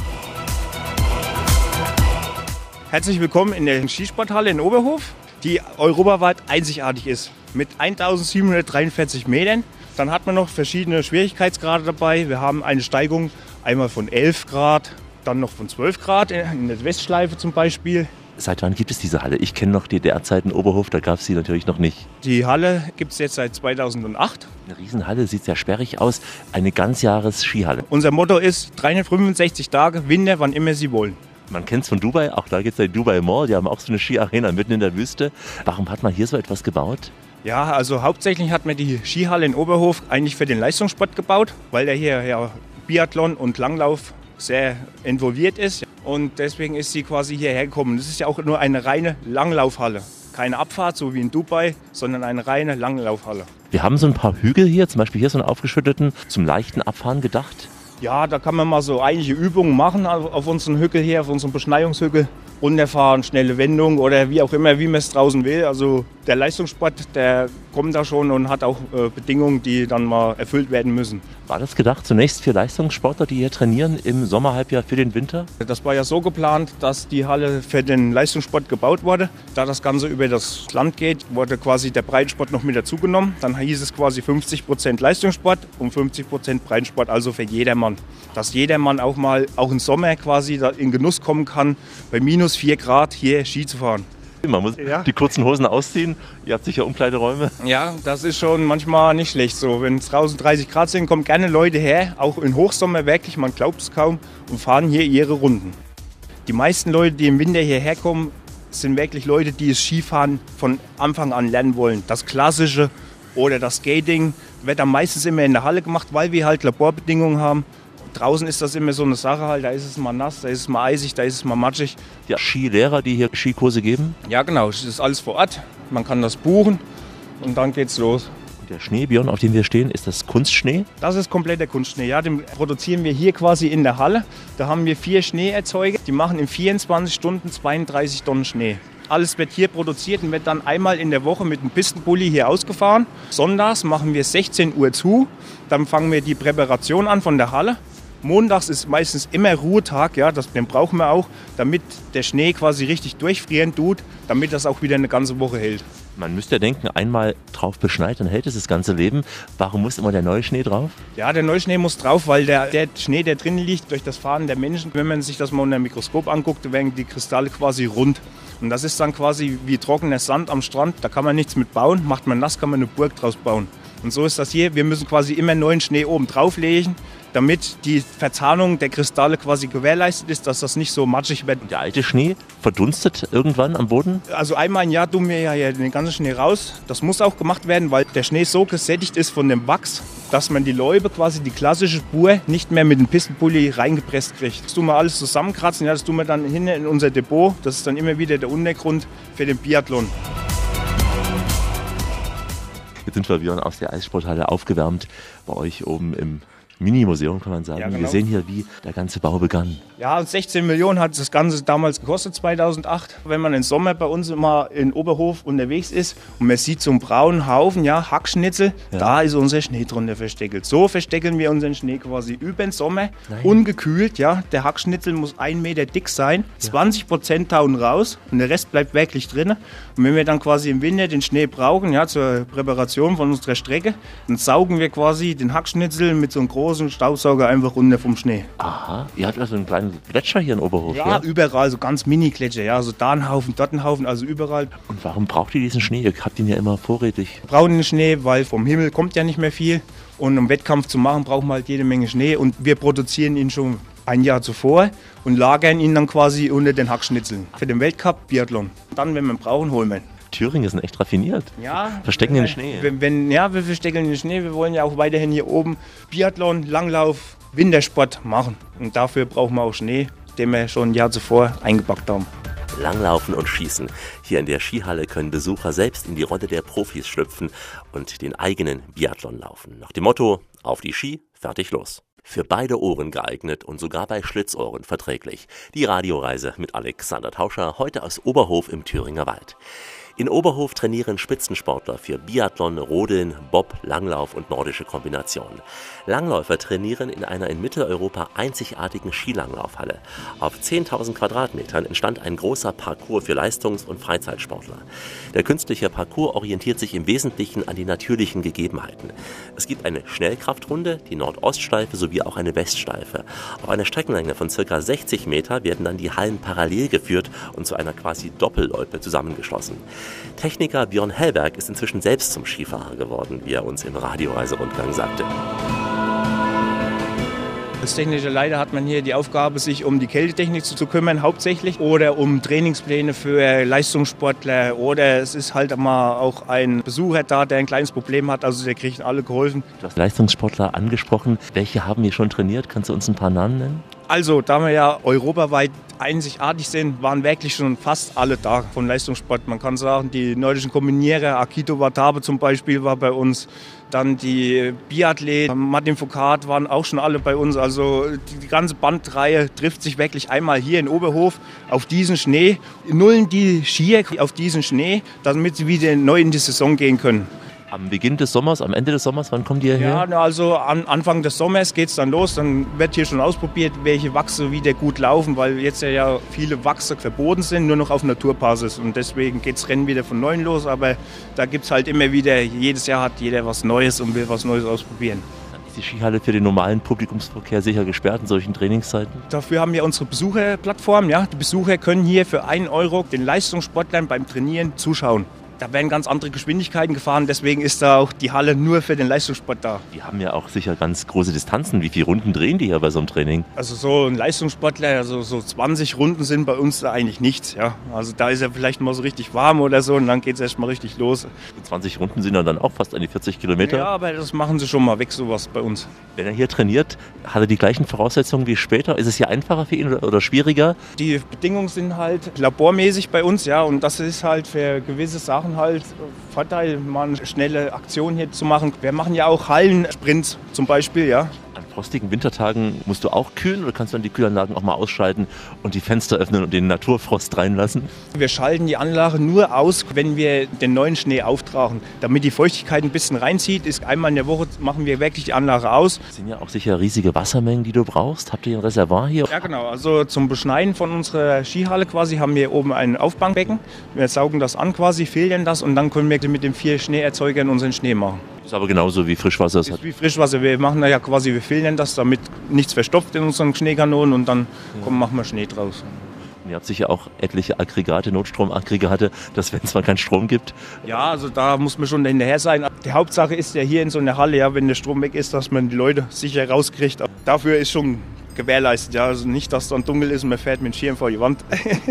Herzlich willkommen in der Skisporthalle in Oberhof, die europaweit einzigartig ist. Mit 1743 Metern. Dann hat man noch verschiedene Schwierigkeitsgrade dabei. Wir haben eine Steigung einmal von 11 Grad, dann noch von 12 Grad in der Westschleife zum Beispiel. Seit wann gibt es diese Halle? Ich kenne noch die DDR-Zeit in Oberhof, da gab es sie natürlich noch nicht. Die Halle gibt es jetzt seit 2008. Eine Riesenhalle, sieht sehr sperrig aus. Eine Ganzjahres-Skihalle. Unser Motto ist 365 Tage, Winter, wann immer Sie wollen. Man kennt es von Dubai, auch da gibt es ja Dubai Mall, die haben auch so eine Skiarena mitten in der Wüste. Warum hat man hier so etwas gebaut? Ja, also hauptsächlich hat man die Skihalle in Oberhof eigentlich für den Leistungssport gebaut, weil der hier ja Biathlon und Langlauf sehr involviert ist. Und deswegen ist sie quasi hierher gekommen. Das ist ja auch nur eine reine Langlaufhalle. Keine Abfahrt, so wie in Dubai, sondern eine reine Langlaufhalle. Wir haben so ein paar Hügel hier, zum Beispiel hier so einen aufgeschütteten, zum leichten Abfahren gedacht. Ja, da kann man mal so einige Übungen machen auf unseren Hügel hier, auf unserem Beschneiungshügel. Runterfahren, schnelle Wendung oder wie auch immer, wie man es draußen will. Also der Leistungssport, der kommt da schon und hat auch Bedingungen, die dann mal erfüllt werden müssen. War das gedacht zunächst für Leistungssportler, die hier trainieren im Sommerhalbjahr für den Winter? Das war ja so geplant, dass die Halle für den Leistungssport gebaut wurde. Da das Ganze über das Land geht, wurde quasi der Breitensport noch mit dazugenommen. Dann hieß es quasi 50% Leistungssport und 50% Breitensport, also für jedermann. Dass jedermann auch mal, auch im Sommer quasi da in Genuss kommen kann, bei minus 4 Grad hier Ski zu fahren. Man muss die kurzen Hosen ausziehen. Ihr habt sicher Umkleideräume. Ja, das ist schon manchmal nicht schlecht so. Wenn es draußen 30 Grad sind, kommen gerne Leute her, auch im Hochsommer wirklich, man glaubt es kaum, und fahren hier ihre Runden. Die meisten Leute, die im Winter hierher kommen, sind wirklich Leute, die das Skifahren von Anfang an lernen wollen. Das Klassische oder das Skating wird dann meistens immer in der Halle gemacht, weil wir halt Laborbedingungen haben. Draußen ist das immer so eine Sache halt, da ist es mal nass, da ist es mal eisig, da ist es mal matschig. Ja, Skilehrer, die hier Skikurse geben? Ja genau, das ist alles vor Ort, man kann das buchen und dann geht's los. Und der Schnee, Björn, auf dem wir stehen, ist das Kunstschnee? Das ist kompletter Kunstschnee, ja, den produzieren wir hier quasi in der Halle. Da haben wir 4 Schneeerzeuger, die machen in 24 Stunden 32 Tonnen Schnee. Alles wird hier produziert und wird dann einmal in der Woche mit einem Pistenpulli hier ausgefahren. Sonntags machen wir 16 Uhr zu, dann fangen wir die Präparation an von der Halle. Montags ist meistens immer Ruhetag, ja, den brauchen wir auch, damit der Schnee quasi richtig durchfrieren tut, damit das auch wieder eine ganze Woche hält. Man müsste ja denken, einmal drauf beschneit, dann hält es das ganze Leben. Warum muss immer der neue Schnee drauf? Ja, der neue Schnee muss drauf, weil der Schnee, der drin liegt, durch das Fahren der Menschen, wenn man sich das mal unter dem Mikroskop anguckt, werden die Kristalle quasi rund. Und das ist dann quasi wie trockener Sand am Strand, da kann man nichts mit bauen, macht man nass, kann man eine Burg draus bauen. Und so ist das hier, wir müssen quasi immer neuen Schnee oben drauflegen, damit die Verzahnung der Kristalle quasi gewährleistet ist, dass das nicht so matschig wird. Der alte Schnee verdunstet irgendwann am Boden? Also einmal im Jahr tun wir ja den ganzen Schnee raus. Das muss auch gemacht werden, weil der Schnee so gesättigt ist von dem Wachs, dass man die Läube, quasi die klassische Spur, nicht mehr mit dem Pistenpulli reingepresst kriegt. Das tun wir alles zusammenkratzen, ja, das tun wir dann hin in unser Depot. Das ist dann immer wieder der Untergrund für den Biathlon. Jetzt sind wir, Björn, aus der Eissporthalle aufgewärmt, bei euch oben im Mini-Museum, kann man sagen. Ja, genau. Wir sehen hier, wie der ganze Bau begann. Ja, 16 Millionen hat das Ganze damals gekostet, 2008. Wenn man im Sommer bei uns immer in Oberhof unterwegs ist und man sieht so einen braunen Haufen, ja, Hackschnitzel, ja. Da ist unser Schnee drunter versteckelt. So verstecken wir unseren Schnee quasi über den Sommer, ungekühlt. Ja. Der Hackschnitzel muss 1 Meter dick sein, 20% tauen raus und der Rest bleibt wirklich drin. Und wenn wir dann quasi im Winter den Schnee brauchen, ja, zur Präparation von unserer Strecke, dann saugen wir quasi den Hackschnitzel mit so einem großen Staubsauger einfach runter vom Schnee. Aha, ihr habt also einen kleinen Gletscher hier in Oberhof? Ja, überall, so ganz Mini-Gletscher, ja, so da ein Haufen, dort ein Haufen, also überall. Und warum braucht ihr diesen Schnee? Ihr habt ihn ja immer vorrätig. Wir brauchen den Schnee, weil vom Himmel kommt ja nicht mehr viel und um Wettkampf zu machen, brauchen wir halt jede Menge Schnee und wir produzieren ihn schon ein Jahr zuvor und lagern ihn dann quasi unter den Hackschnitzeln für den Weltcup Biathlon. Dann, wenn wir ihn brauchen, holen wir ihn. Thüringen ist echt raffiniert. Ja. Verstecken den Schnee. Wir verstecken den Schnee. Wir wollen ja auch weiterhin hier oben Biathlon, Langlauf, Wintersport machen. Und dafür brauchen wir auch Schnee, den wir schon ein Jahr zuvor eingepackt haben. Langlaufen und Schießen. Hier in der Skihalle können Besucher selbst in die Rolle der Profis schlüpfen und den eigenen Biathlon laufen. Nach dem Motto, auf die Ski, fertig, los. Für beide Ohren geeignet und sogar bei Schlitzohren verträglich. Die Radioreise mit Alexander Tauscher, heute aus Oberhof im Thüringer Wald. In Oberhof trainieren Spitzensportler für Biathlon, Rodeln, Bob, Langlauf und nordische Kombinationen. Langläufer trainieren in einer in Mitteleuropa einzigartigen Skilanglaufhalle. Auf 10.000 Quadratmetern entstand ein großer Parcours für Leistungs- und Freizeitsportler. Der künstliche Parcours orientiert sich im Wesentlichen an die natürlichen Gegebenheiten. Es gibt eine Schnellkraftrunde, die Nordostschleife sowie auch eine Westschleife. Auf einer Streckenlänge von ca. 60 Meter werden dann die Hallen parallel geführt und zu einer quasi Doppelloipe zusammengeschlossen. Techniker Björn Hellberg ist inzwischen selbst zum Skifahrer geworden, wie er uns im Radioreiserundgang sagte. Als technischer Leiter hat man hier die Aufgabe, sich um die Kältetechnik zu kümmern, hauptsächlich, oder um Trainingspläne für Leistungssportler, oder es ist halt mal auch ein Besucher da, der ein kleines Problem hat, also der kriegt alle geholfen. Du hast Leistungssportler angesprochen. Welche haben hier schon trainiert? Kannst du uns ein paar Namen nennen? Also, da wir ja europaweit einzigartig sind, waren wirklich schon fast alle da von Leistungssport. Man kann sagen, die nordischen Kombinierer, Akito Watabe zum Beispiel war bei uns, dann die Biathleten, Martin Foucault waren auch schon alle bei uns. Also die ganze Bandreihe trifft sich wirklich einmal hier in Oberhof auf diesen Schnee, nullen die Skier auf diesen Schnee, damit sie wieder neu in die Saison gehen können. Am Beginn des Sommers, am Ende des Sommers, wann kommt ihr her? Ja, also am Anfang des Sommers geht es dann los. Dann wird hier schon ausprobiert, welche Wachse wieder gut laufen, weil jetzt ja viele Wachse verboten sind, nur noch auf Naturbasis. Und deswegen geht das Rennen wieder von neuem los. Aber da gibt es halt immer wieder, jedes Jahr hat jeder was Neues und will was Neues ausprobieren. Ist die Skihalle für den normalen Publikumsverkehr sicher gesperrt in solchen Trainingszeiten? Dafür haben wir unsere Besucherplattform. Ja. Die Besucher können hier für 1 € den Leistungssportlern beim Trainieren zuschauen. Da werden ganz andere Geschwindigkeiten gefahren, deswegen ist da auch die Halle nur für den Leistungssport da. Die haben ja auch sicher ganz große Distanzen. Wie viele Runden drehen die hier bei so einem Training? Also so ein Leistungssportler, also so 20 Runden sind bei uns da eigentlich nichts. Ja. Also da ist er vielleicht mal so richtig warm oder so und dann geht es erst mal richtig los. 20 Runden sind dann auch fast an die 40 Kilometer? Ja, aber das machen sie schon mal weg, sowas bei uns. Wenn er hier trainiert, hat er die gleichen Voraussetzungen wie später? Ist es hier einfacher für ihn oder schwieriger? Die Bedingungen sind halt labormäßig bei uns, ja, und das ist halt für gewisse Sachen halt Vorteil, mal eine schnelle Aktion hier zu machen. Wir machen ja auch Hallensprints zum Beispiel, ja. An frostigen Wintertagen musst du auch kühlen oder kannst du dann die Kühlanlagen auch mal ausschalten und die Fenster öffnen und den Naturfrost reinlassen? Wir schalten die Anlage nur aus, wenn wir den neuen Schnee auftragen. Damit die Feuchtigkeit ein bisschen reinzieht, ist einmal in der Woche machen wir wirklich die Anlage aus. Das sind ja auch sicher riesige Wassermengen, die du brauchst. Habt ihr ein Reservoir hier? Ja genau, also zum Beschneiden von unserer Skihalle quasi haben wir oben ein Aufbankbecken. Wir saugen das an quasi, filtern das und dann können wir mit den 4 Schneeerzeugern unseren Schnee machen. Ist aber genauso wie Frischwasser. Ist wie Frischwasser. Wir machen da ja quasi, wir filtern das, damit nichts verstopft in unseren Schneekanonen und dann machen wir Schnee draus. Und ihr habt sicher auch etliche Aggregate, Notstromaggregate, dass wenn es mal keinen Strom gibt. Ja, also da muss man schon hinterher sein. Die Hauptsache ist ja hier in so einer Halle, ja, wenn der Strom weg ist, dass man die Leute sicher rauskriegt. Dafür ist schon gewährleistet. Ja, also nicht, dass es dann dunkel ist und man fährt mit dem Schirm vor die Wand.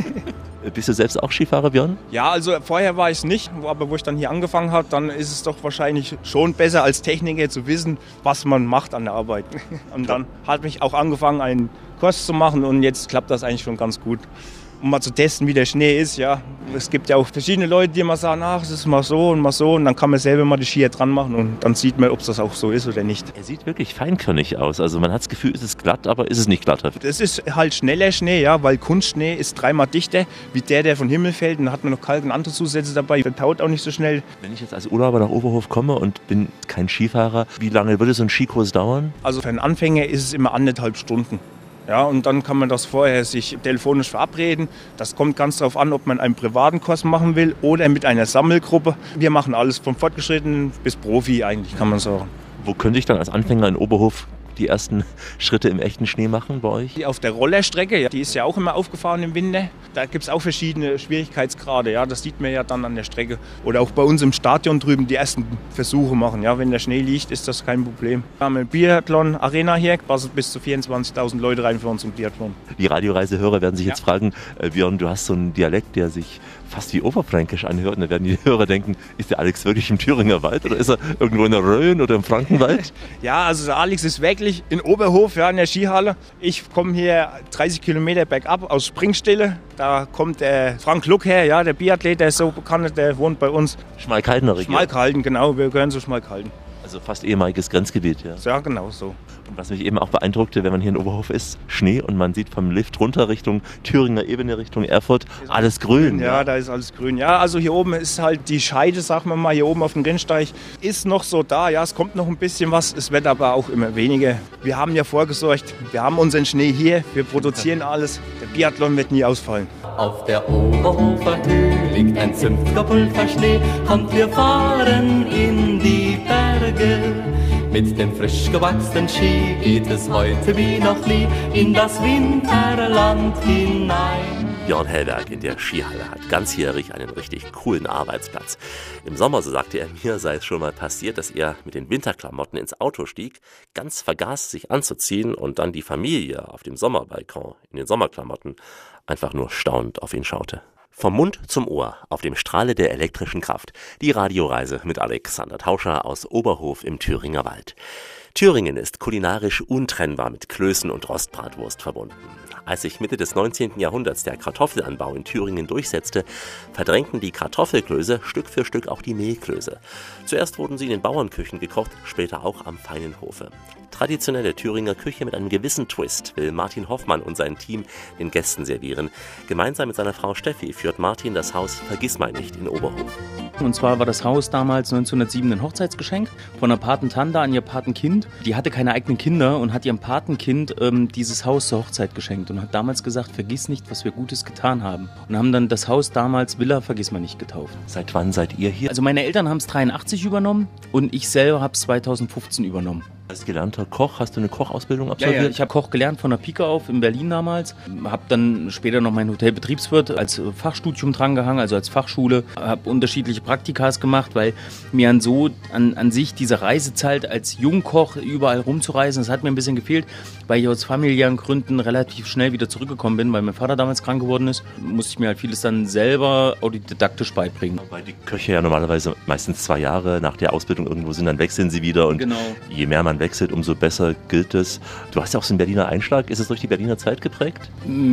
Bist du selbst auch Skifahrer, Björn? Ja, also vorher war ich es nicht, aber wo ich dann hier angefangen habe, dann ist es doch wahrscheinlich schon besser als Techniker zu wissen, was man macht an der Arbeit. Und dann hat mich auch angefangen, einen Kurs zu machen und jetzt klappt das eigentlich schon ganz gut. Um mal zu testen, wie der Schnee ist, ja. Es gibt ja auch verschiedene Leute, die immer sagen, ach, es ist mal so und dann kann man selber mal die Skier dran machen und dann sieht man, ob das auch so ist oder nicht. Er sieht wirklich feinkörnig aus, also man hat das Gefühl, es ist glatt, aber ist es nicht glatt? Das ist halt schneller Schnee, ja, weil Kunstschnee ist 3-mal dichter wie der vom Himmel fällt und da hat man noch Kalk und andere Zusätze dabei, der taut auch nicht so schnell. Wenn ich jetzt als Urlauber nach Oberhof komme und bin kein Skifahrer, wie lange würde so ein Skikurs dauern? Also für einen Anfänger ist es immer 1,5 Stunden. Ja, und dann kann man das vorher sich telefonisch verabreden. Das kommt ganz darauf an, ob man einen privaten Kurs machen will oder mit einer Sammelgruppe. Wir machen alles vom Fortgeschrittenen bis Profi eigentlich, kann man sagen. Wo könnte ich dann als Anfänger in Oberhof die ersten Schritte im echten Schnee machen bei euch? Auf der Rollerstrecke, die ist ja auch immer aufgefahren im Winter. Da gibt es auch verschiedene Schwierigkeitsgrade. Ja, das sieht man ja dann an der Strecke. Oder auch bei uns im Stadion drüben die ersten Versuche machen. Ja, wenn der Schnee liegt, ist das kein Problem. Wir haben eine Biathlon-Arena hier, passen bis zu 24.000 Leute rein für uns im Biathlon. Die Radioreisehörer werden sich jetzt fragen, Björn, du hast so einen Dialekt, der sich fast wie oberfränkisch anhört. Und da werden die Hörer denken, ist der Alex wirklich im Thüringer Wald oder ist er irgendwo in der Rhön oder im Frankenwald? Ja, also der Alex ist wirklich in Oberhof, ja, in der Skihalle. Ich komme hier 30 Kilometer bergab aus Springstille. Da kommt der Frank Luck her, ja, der Biathlet, der ist so bekannt, der wohnt bei uns. Schmalkaldener Region. Schmalkalden, genau, wir gehören zu Schmalkalden. Also fast ehemaliges Grenzgebiet, ja. Ja, genau so. Und was mich eben auch beeindruckte, wenn man hier in Oberhof ist, Schnee und man sieht vom Lift runter Richtung Thüringer Ebene, Richtung Erfurt, alles grün. Ja, da ist alles grün. Ja, also hier oben ist halt die Scheide, sagen wir mal, hier oben auf dem Rennsteig, ist noch so da. Ja, es kommt noch ein bisschen was, es wird aber auch immer weniger. Wir haben ja vorgesorgt, wir haben unseren Schnee hier, wir produzieren alles. Der Biathlon wird nie ausfallen. Auf der Oberhofer Höhe liegt ein zünftiger Pulverschnee und wir fahren in die Berge. Mit dem frisch gewachsenen Ski geht es heute wie noch nie in das Winterland hinein. Björn Hellberg in der Skihalle hat ganzjährig einen richtig coolen Arbeitsplatz. Im Sommer, so sagte er mir, sei es schon mal passiert, dass er mit den Winterklamotten ins Auto stieg, ganz vergaß, sich anzuziehen und dann die Familie auf dem Sommerbalkon in den Sommerklamotten einfach nur staunend auf ihn schaute. Vom Mund zum Ohr, auf dem Strahle der elektrischen Kraft. Die Radioreise mit Alexander Tauscher aus Oberhof im Thüringer Wald. Thüringen ist kulinarisch untrennbar mit Klößen und Rostbratwurst verbunden. Als sich Mitte des 19. Jahrhunderts der Kartoffelanbau in Thüringen durchsetzte, verdrängten die Kartoffelklöße Stück für Stück auch die Mehlklöße. Zuerst wurden sie in den Bauernküchen gekocht, später auch am feinen Hofe. Traditionelle Thüringer Küche mit einem gewissen Twist will Martin Hoffmann und sein Team den Gästen servieren. Gemeinsam mit seiner Frau Steffi führt Martin das Haus Vergissmeinnicht in Oberhof. Und zwar war das Haus damals 1907 ein Hochzeitsgeschenk von einer Patentante an ihr Patenkind. Die hatte keine eigenen Kinder und hat ihrem Patenkind dieses Haus zur Hochzeit geschenkt und hat damals gesagt, vergiss nicht, was wir Gutes getan haben. Und haben dann das Haus damals Villa Vergissmeinnicht getauft. Seit wann seid ihr hier? Also meine Eltern haben es 1983 übernommen und ich selber habe es 2015 übernommen. Als gelernter Koch, hast du eine Kochausbildung absolviert? Ja, ich habe Koch gelernt von der Pike auf in Berlin damals. Habe dann später noch mein Hotelbetriebswirt als Fachstudium drangehangen, also als Fachschule. Habe unterschiedliche Praktikas gemacht, weil mir an sich diese Reisezeit als Jungkoch überall rumzureisen, das hat mir ein bisschen gefehlt, weil ich aus familiären Gründen relativ schnell wieder zurückgekommen bin, weil mein Vater damals krank geworden ist. Musste ich mir halt vieles dann selber autodidaktisch beibringen. Weil die Köche ja normalerweise meistens 2 Jahre nach der Ausbildung irgendwo sind, dann wechseln sie wieder und je mehr man wechselt, umso besser gilt es. Du hast ja auch so einen Berliner Einschlag. Ist es durch die Berliner Zeit geprägt?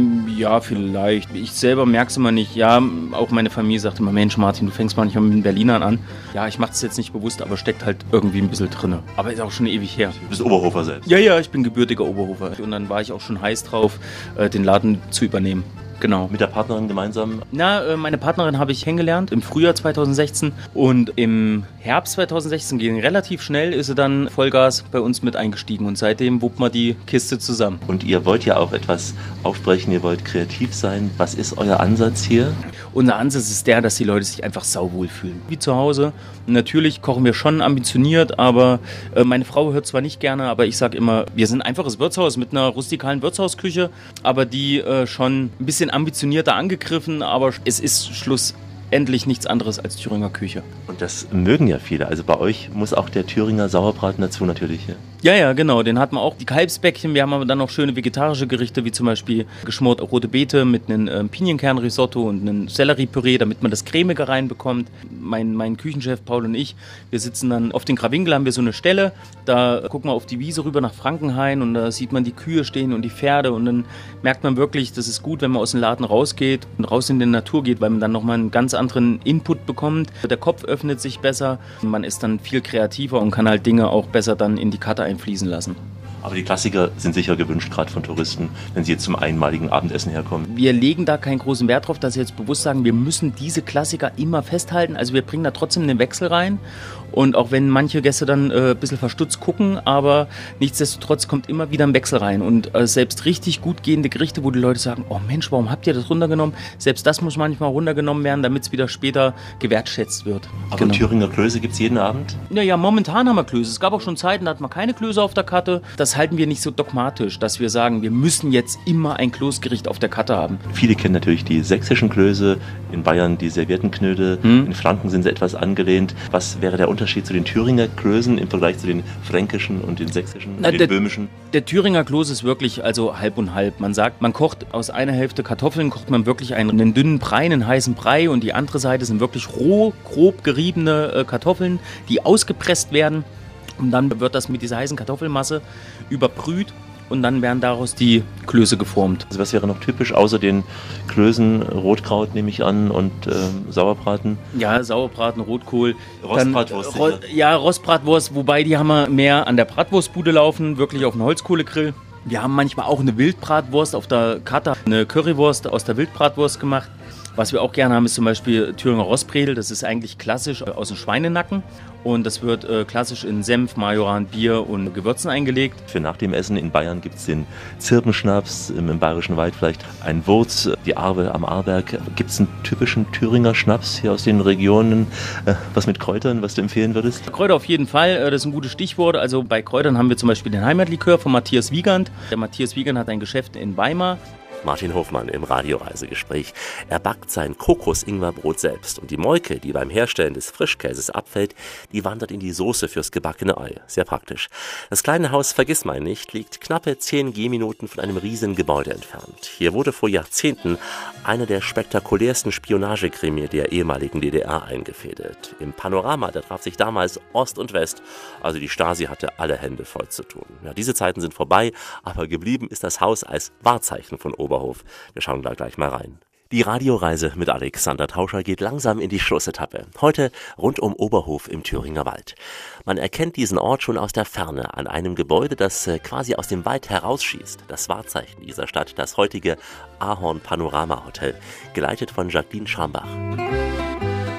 Ja, vielleicht. Ich selber merke es immer nicht. Ja, auch meine Familie sagt immer, Mensch Martin, du fängst manchmal mit den Berlinern an. Ja, ich mache es jetzt nicht bewusst, aber steckt halt irgendwie ein bisschen drin. Aber ist auch schon ewig her. Du bist Oberhofer selbst? Ja, ich bin gebürtiger Oberhofer. Und dann war ich auch schon heiß drauf, den Laden zu übernehmen. Genau. Mit der Partnerin gemeinsam? Meine Partnerin habe ich kennengelernt im Frühjahr 2016 und im Herbst 2016 ging relativ schnell, ist sie dann Vollgas bei uns mit eingestiegen und seitdem wuppt man die Kiste zusammen. Und ihr wollt ja auch etwas aufbrechen, ihr wollt kreativ sein. Was ist euer Ansatz hier? Unser Ansatz ist der, dass die Leute sich einfach sauwohl fühlen. Wie zu Hause. Natürlich kochen wir schon ambitioniert, aber meine Frau hört zwar nicht gerne, aber ich sage immer, wir sind ein einfaches Wirtshaus mit einer rustikalen Wirtshausküche, aber die schon ein bisschen ambitionierter angegriffen, aber es ist schlussendlich nichts anderes als Thüringer Küche. Und das mögen ja viele. Also bei euch muss auch der Thüringer Sauerbraten dazu natürlich. Ja, genau. Den hat man auch. Die Kalbsbäckchen. Wir haben aber dann noch schöne vegetarische Gerichte, wie zum Beispiel geschmort rote Beete mit einem Pinienkernrisotto und einem Selleriepüree, damit man das Cremige reinbekommt. Mein Küchenchef Paul und ich, wir sitzen dann auf den Krawinkel, haben wir so eine Stelle. Da gucken wir auf die Wiese rüber nach Frankenhain und da sieht man die Kühe stehen und die Pferde und dann merkt man wirklich, das ist gut, wenn man aus dem Laden rausgeht und raus in die Natur geht, weil man dann nochmal einen ganz anderen Input bekommt. Der Kopf öffnet sich besser, man ist dann viel kreativer und kann halt Dinge auch besser dann in die Karte einfließen lassen. Aber die Klassiker sind sicher gewünscht, gerade von Touristen, wenn sie jetzt zum einmaligen Abendessen herkommen. Wir legen da keinen großen Wert drauf, dass wir jetzt bewusst sagen, wir müssen diese Klassiker immer festhalten. Also wir bringen da trotzdem einen Wechsel rein. Und auch wenn manche Gäste dann ein bisschen verstutzt gucken, aber nichtsdestotrotz kommt immer wieder ein Wechsel rein. Und selbst richtig gut gehende Gerichte, wo die Leute sagen, oh Mensch, warum habt ihr das runtergenommen? Selbst das muss manchmal runtergenommen werden, damit es wieder später gewertschätzt wird. Aber Thüringer Klöße gibt es jeden Abend? Ja, momentan haben wir Klöße. Es gab auch schon Zeiten, da hatten wir keine Klöße auf der Karte. Das halten wir nicht so dogmatisch, dass wir sagen, wir müssen jetzt immer ein Kloßgericht auf der Karte haben. Viele kennen natürlich die sächsischen Klöße, in Bayern die Serviettenknödel, in Franken sind sie etwas angelehnt. Was wäre der Unterschied zu den Thüringer Klößen im Vergleich zu den fränkischen und den sächsischen und den böhmischen? Der Thüringer Kloß ist wirklich also halb und halb. Man sagt, man kocht aus einer Hälfte Kartoffeln, kocht man wirklich einen dünnen Brei, einen heißen Brei und die andere Seite sind wirklich roh, grob geriebene Kartoffeln, die ausgepresst werden und dann wird das mit dieser heißen Kartoffelmasse überbrüht. Und dann werden daraus die Klöße geformt. Also was wäre noch typisch, außer den Klößen? Rotkraut nehme ich an und Sauerbraten? Ja, Sauerbraten, Rotkohl. Rostbratwurst? Rostbratwurst, wobei die haben wir mehr an der Bratwurstbude laufen, wirklich auf dem Holzkohlegrill. Wir haben manchmal auch eine Wildbratwurst auf der Karte, eine Currywurst aus der Wildbratwurst gemacht. Was wir auch gerne haben, ist zum Beispiel Thüringer Rostbredel. Das ist eigentlich klassisch aus dem Schweinenacken. Und das wird klassisch in Senf, Majoran, Bier und Gewürzen eingelegt. Für nach dem Essen in Bayern gibt es den Zirbenschnaps, im Bayerischen Wald vielleicht ein Wurz, die Arve am Arlberg. Gibt es einen typischen Thüringer Schnaps hier aus den Regionen? Was mit Kräutern, was du empfehlen würdest? Kräuter auf jeden Fall, das ist ein gutes Stichwort. Also bei Kräutern haben wir zum Beispiel den Heimatlikör von Matthias Wiegand. Der Matthias Wiegand hat ein Geschäft in Weimar. Martin Hofmann im Radioreisegespräch. Er backt sein Kokos-Ingwerbrot selbst und die Molke, die beim Herstellen des Frischkäses abfällt, die wandert in die Soße fürs gebackene Ei. Sehr praktisch. Das kleine Haus Vergissmeinnicht liegt knappe 10 Gehminuten von einem riesigen Gebäude entfernt. Hier wurde vor Jahrzehnten einer der spektakulärsten Spionagekrimi der ehemaligen DDR eingefädelt. Im Panorama, da traf sich damals Ost und West, also die Stasi hatte alle Hände voll zu tun. Ja, diese Zeiten sind vorbei, aber geblieben ist das Haus als Wahrzeichen von Oberhof. Wir schauen da gleich mal rein. Die Radioreise mit Alexander Tauscher geht langsam in die Schlussetappe. Heute rund um Oberhof im Thüringer Wald. Man erkennt diesen Ort schon aus der Ferne an einem Gebäude, das quasi aus dem Wald herausschießt. Das Wahrzeichen dieser Stadt, das heutige Ahorn Panorama Hotel, geleitet von Jacqueline Schambach.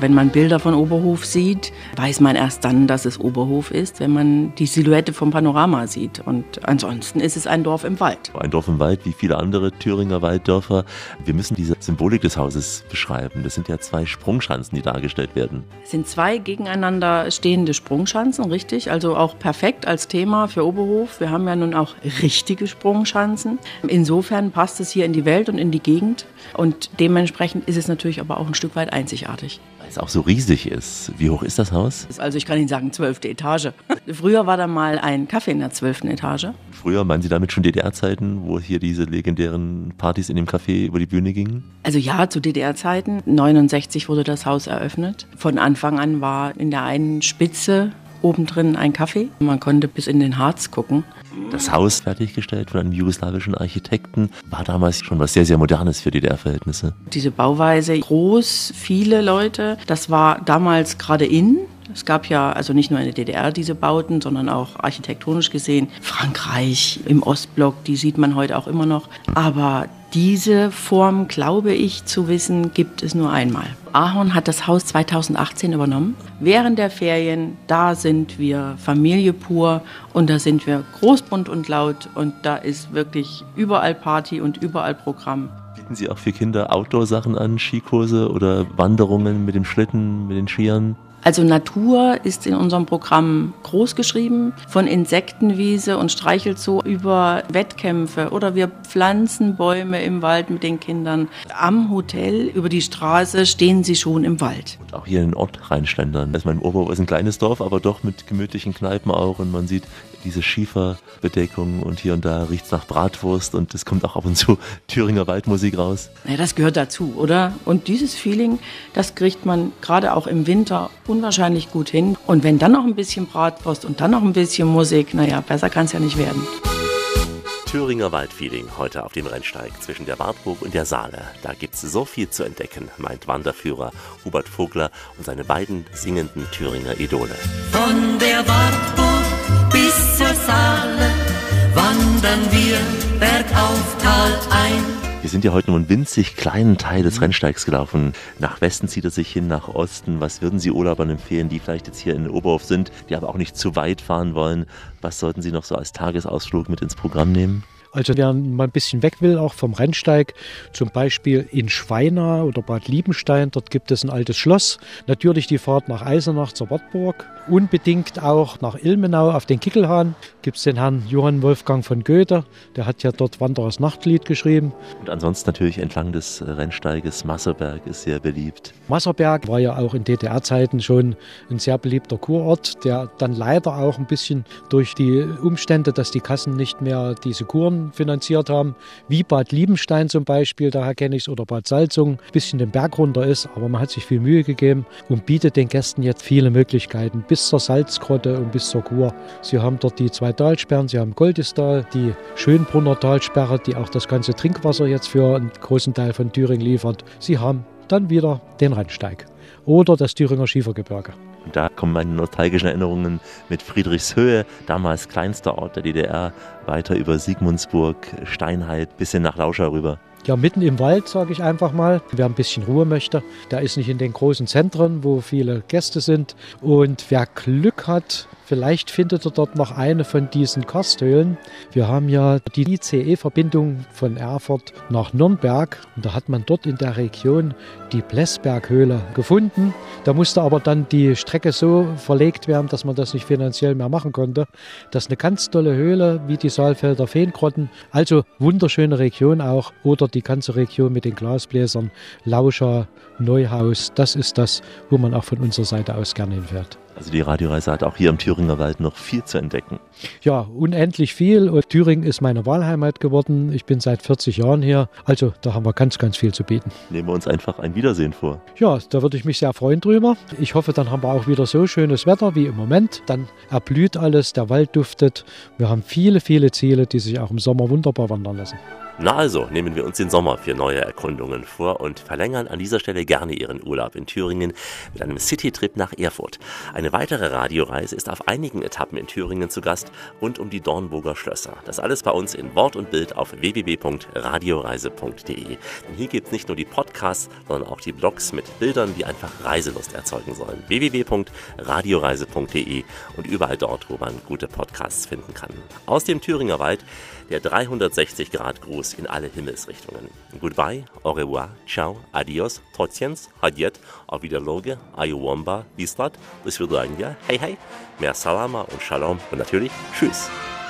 Wenn man Bilder von Oberhof sieht, weiß man erst dann, dass es Oberhof ist, wenn man die Silhouette vom Panorama sieht. Und ansonsten ist es ein Dorf im Wald. Ein Dorf im Wald, wie viele andere Thüringer Walddörfer. Wir müssen diese Symbolik des Hauses beschreiben. Das sind ja 2 Sprungschanzen, die dargestellt werden. Es sind 2 gegeneinander stehende Sprungschanzen, richtig. Also auch perfekt als Thema für Oberhof. Wir haben ja nun auch richtige Sprungschanzen. Insofern passt es hier in die Welt und in die Gegend. Und dementsprechend ist es natürlich aber auch ein Stück weit einzigartig. Weil es auch so riesig ist. Wie hoch ist das Haus? Also ich kann Ihnen sagen, 12. Etage. Früher war da mal ein Café in der 12. Etage. Früher, meinen Sie damit schon DDR-Zeiten, wo hier diese legendären Partys in dem Café über die Bühne gingen? Also ja, zu DDR-Zeiten. 1969 wurde das Haus eröffnet. Von Anfang an war in der einen Spitze obendrin ein Café. Man konnte bis in den Harz gucken. Das Haus, fertiggestellt von einem jugoslawischen Architekten, war damals schon was sehr, sehr Modernes für DDR-Verhältnisse. Diese Bauweise, groß, viele Leute, das war damals gerade in. Es gab ja also nicht nur in der DDR diese Bauten, sondern auch architektonisch gesehen Frankreich im Ostblock, die sieht man heute auch immer noch. Aber diese Form, glaube ich zu wissen, gibt es nur einmal. Ahorn hat das Haus 2018 übernommen. Während der Ferien, da sind wir Familie pur und da sind wir groß, bunt und laut und da ist wirklich überall Party und überall Programm. Bieten Sie auch für Kinder Outdoor-Sachen an, Skikurse oder Wanderungen mit dem Schlitten, mit den Skiern? Also Natur ist in unserem Programm groß geschrieben, von Insektenwiese und Streichelzoo über Wettkämpfe oder wir pflanzen Bäume im Wald mit den Kindern. Am Hotel über die Straße stehen sie schon im Wald. Und auch hier in den Ort reinschlendern. Also mein Oberhof ist ein kleines Dorf, aber doch mit gemütlichen Kneipen auch und man sieht diese Schieferbedeckung und hier und da riecht es nach Bratwurst und es kommt auch ab und zu Thüringer Waldmusik raus. Ja, das gehört dazu, oder? Und dieses Feeling, das kriegt man gerade auch im Winter unwahrscheinlich gut hin. Und wenn dann noch ein bisschen Bratwurst und dann noch ein bisschen Musik, naja, besser kann es ja nicht werden. Thüringer Waldfeeling heute auf dem Rennsteig zwischen der Wartburg und der Saale. Da gibt's so viel zu entdecken, meint Wanderführer Hubert Vogler und seine beiden singenden Thüringer Idole. Von der Wartburg bis zur Saale wandern wir bergauf talab. Wir sind ja heute nur einen winzig kleinen Teil des Rennsteigs gelaufen. Nach Westen zieht er sich hin, nach Osten. Was würden Sie Urlaubern empfehlen, die vielleicht jetzt hier in Oberhof sind, die aber auch nicht zu weit fahren wollen? Was sollten Sie noch so als Tagesausflug mit ins Programm nehmen? Also wer mal ein bisschen weg will, auch vom Rennsteig, zum Beispiel in Schweina oder Bad Liebenstein, dort gibt es ein altes Schloss. Natürlich die Fahrt nach Eisenach zur Wartburg. Unbedingt auch nach Ilmenau auf den Kickelhahn gibt es den Herrn Johann Wolfgang von Goethe. Der hat ja dort Wanderers Nachtlied geschrieben. Und ansonsten natürlich entlang des Rennsteiges Masserberg ist sehr beliebt. Masserberg war ja auch in DDR-Zeiten schon ein sehr beliebter Kurort, der dann leider auch ein bisschen durch die Umstände, dass die Kassen nicht mehr diese Kuren finanziert haben, wie Bad Liebenstein zum Beispiel, daher kenne ich es, oder Bad Salzungen, ein bisschen den Berg runter ist, aber man hat sich viel Mühe gegeben und bietet den Gästen jetzt viele Möglichkeiten, bis zur Salzgrotte und bis zur Kur. Sie haben dort die 2 Talsperren, Sie haben Goldestal, die Schönbrunner Talsperre, die auch das ganze Trinkwasser jetzt für einen großen Teil von Thüringen liefert. Sie haben dann wieder den Rennsteig oder das Thüringer Schiefergebirge. Und da kommen meine nostalgischen Erinnerungen mit Friedrichshöhe, damals kleinster Ort der DDR, weiter über Sigmundsburg, Steinheit, bis hin nach Lauscha rüber. Ja, mitten im Wald, sage ich einfach mal. Wer ein bisschen Ruhe möchte, der ist nicht in den großen Zentren, wo viele Gäste sind. Und wer Glück hat, vielleicht findet er dort noch eine von diesen Karsthöhlen. Wir haben ja die ICE-Verbindung von Erfurt nach Nürnberg. Und da hat man dort in der Region die Blessberghöhle gefunden. Da musste aber dann die Strecke so verlegt werden, dass man das nicht finanziell mehr machen konnte. Das ist eine ganz tolle Höhle, wie die Saalfelder Feengrotten. Also wunderschöne Region auch. Oder die ganze Region mit den Glasbläsern, Lauscha, Neuhaus. Das ist das, wo man auch von unserer Seite aus gerne hinfährt. Also die Radioreise hat auch hier im Thüringer Wald noch viel zu entdecken. Ja, unendlich viel. Und Thüringen ist meine Wahlheimat geworden. Ich bin seit 40 Jahren hier. Also da haben wir ganz, ganz viel zu bieten. Nehmen wir uns einfach ein Wiedersehen vor. Ja, da würde ich mich sehr freuen drüber. Ich hoffe, dann haben wir auch wieder so schönes Wetter wie im Moment. Dann erblüht alles, der Wald duftet. Wir haben viele, viele Ziele, die sich auch im Sommer wunderbar wandern lassen. Na also, nehmen wir uns den Sommer für neue Erkundungen vor und verlängern an dieser Stelle gerne Ihren Urlaub in Thüringen mit einem Citytrip nach Erfurt. Ein Eine weitere Radioreise ist auf einigen Etappen in Thüringen zu Gast, rund um die Dornburger Schlösser. Das alles bei uns in Wort und Bild auf www.radioreise.de. Denn hier gibt es nicht nur die Podcasts, sondern auch die Blogs mit Bildern, die einfach Reiselust erzeugen sollen. www.radioreise.de und überall dort, wo man gute Podcasts finden kann. Aus dem Thüringer Wald der 360-Grad-Gruß in alle Himmelsrichtungen. Goodbye, au revoir, ciao, adios, tociens, hadiet, auf Wiederloge, ayuwamba, bislat, bis vidania, hey hey, mehr Salama und Shalom und natürlich Tschüss.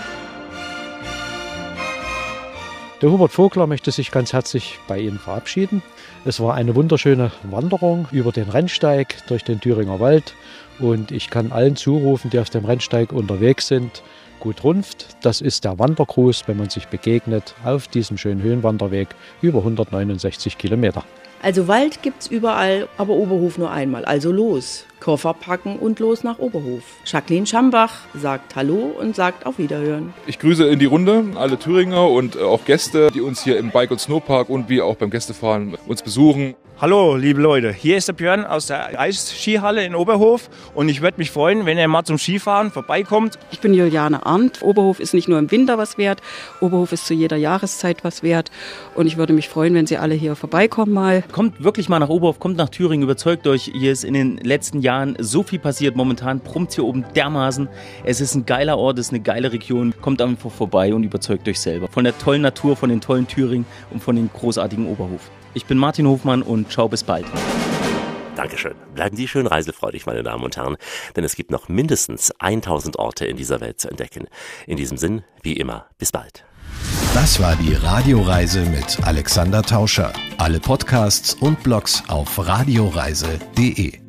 Der Hubert Vogler möchte sich ganz herzlich bei Ihnen verabschieden. Es war eine wunderschöne Wanderung über den Rennsteig durch den Thüringer Wald und ich kann allen zurufen, die auf dem Rennsteig unterwegs sind, gut Runft. Das ist der Wandergruß, wenn man sich begegnet auf diesem schönen Höhenwanderweg über 169 Kilometer. Also Wald gibt's überall, aber Oberhof nur einmal. Also los, Koffer packen und los nach Oberhof. Jacqueline Schambach sagt Hallo und sagt auf Wiederhören. Ich grüße in die Runde alle Thüringer und auch Gäste, die uns hier im Bike- und Snowpark und wie auch beim Gästefahren uns besuchen. Hallo, liebe Leute, hier ist der Björn aus der Eisskihalle in Oberhof und ich würde mich freuen, wenn ihr mal zum Skifahren vorbeikommt. Ich bin Juliane Arndt. Oberhof ist nicht nur im Winter was wert, Oberhof ist zu jeder Jahreszeit was wert und ich würde mich freuen, wenn Sie alle hier vorbeikommen mal. Kommt wirklich mal nach Oberhof, kommt nach Thüringen, überzeugt euch, hier ist in den letzten Jahren so viel passiert, momentan brummt hier oben dermaßen. Es ist ein geiler Ort, es ist eine geile Region, kommt einfach vorbei und überzeugt euch selber. Von der tollen Natur, von den tollen Thüringen und von dem großartigen Oberhof. Ich bin Martin Hofmann und ciao, bis bald. Dankeschön. Bleiben Sie schön reisefreudig, meine Damen und Herren, denn es gibt noch mindestens 1000 Orte in dieser Welt zu entdecken. In diesem Sinn, wie immer, bis bald. Das war die Radioreise mit Alexander Tauscher. Alle Podcasts und Blogs auf radioreise.de.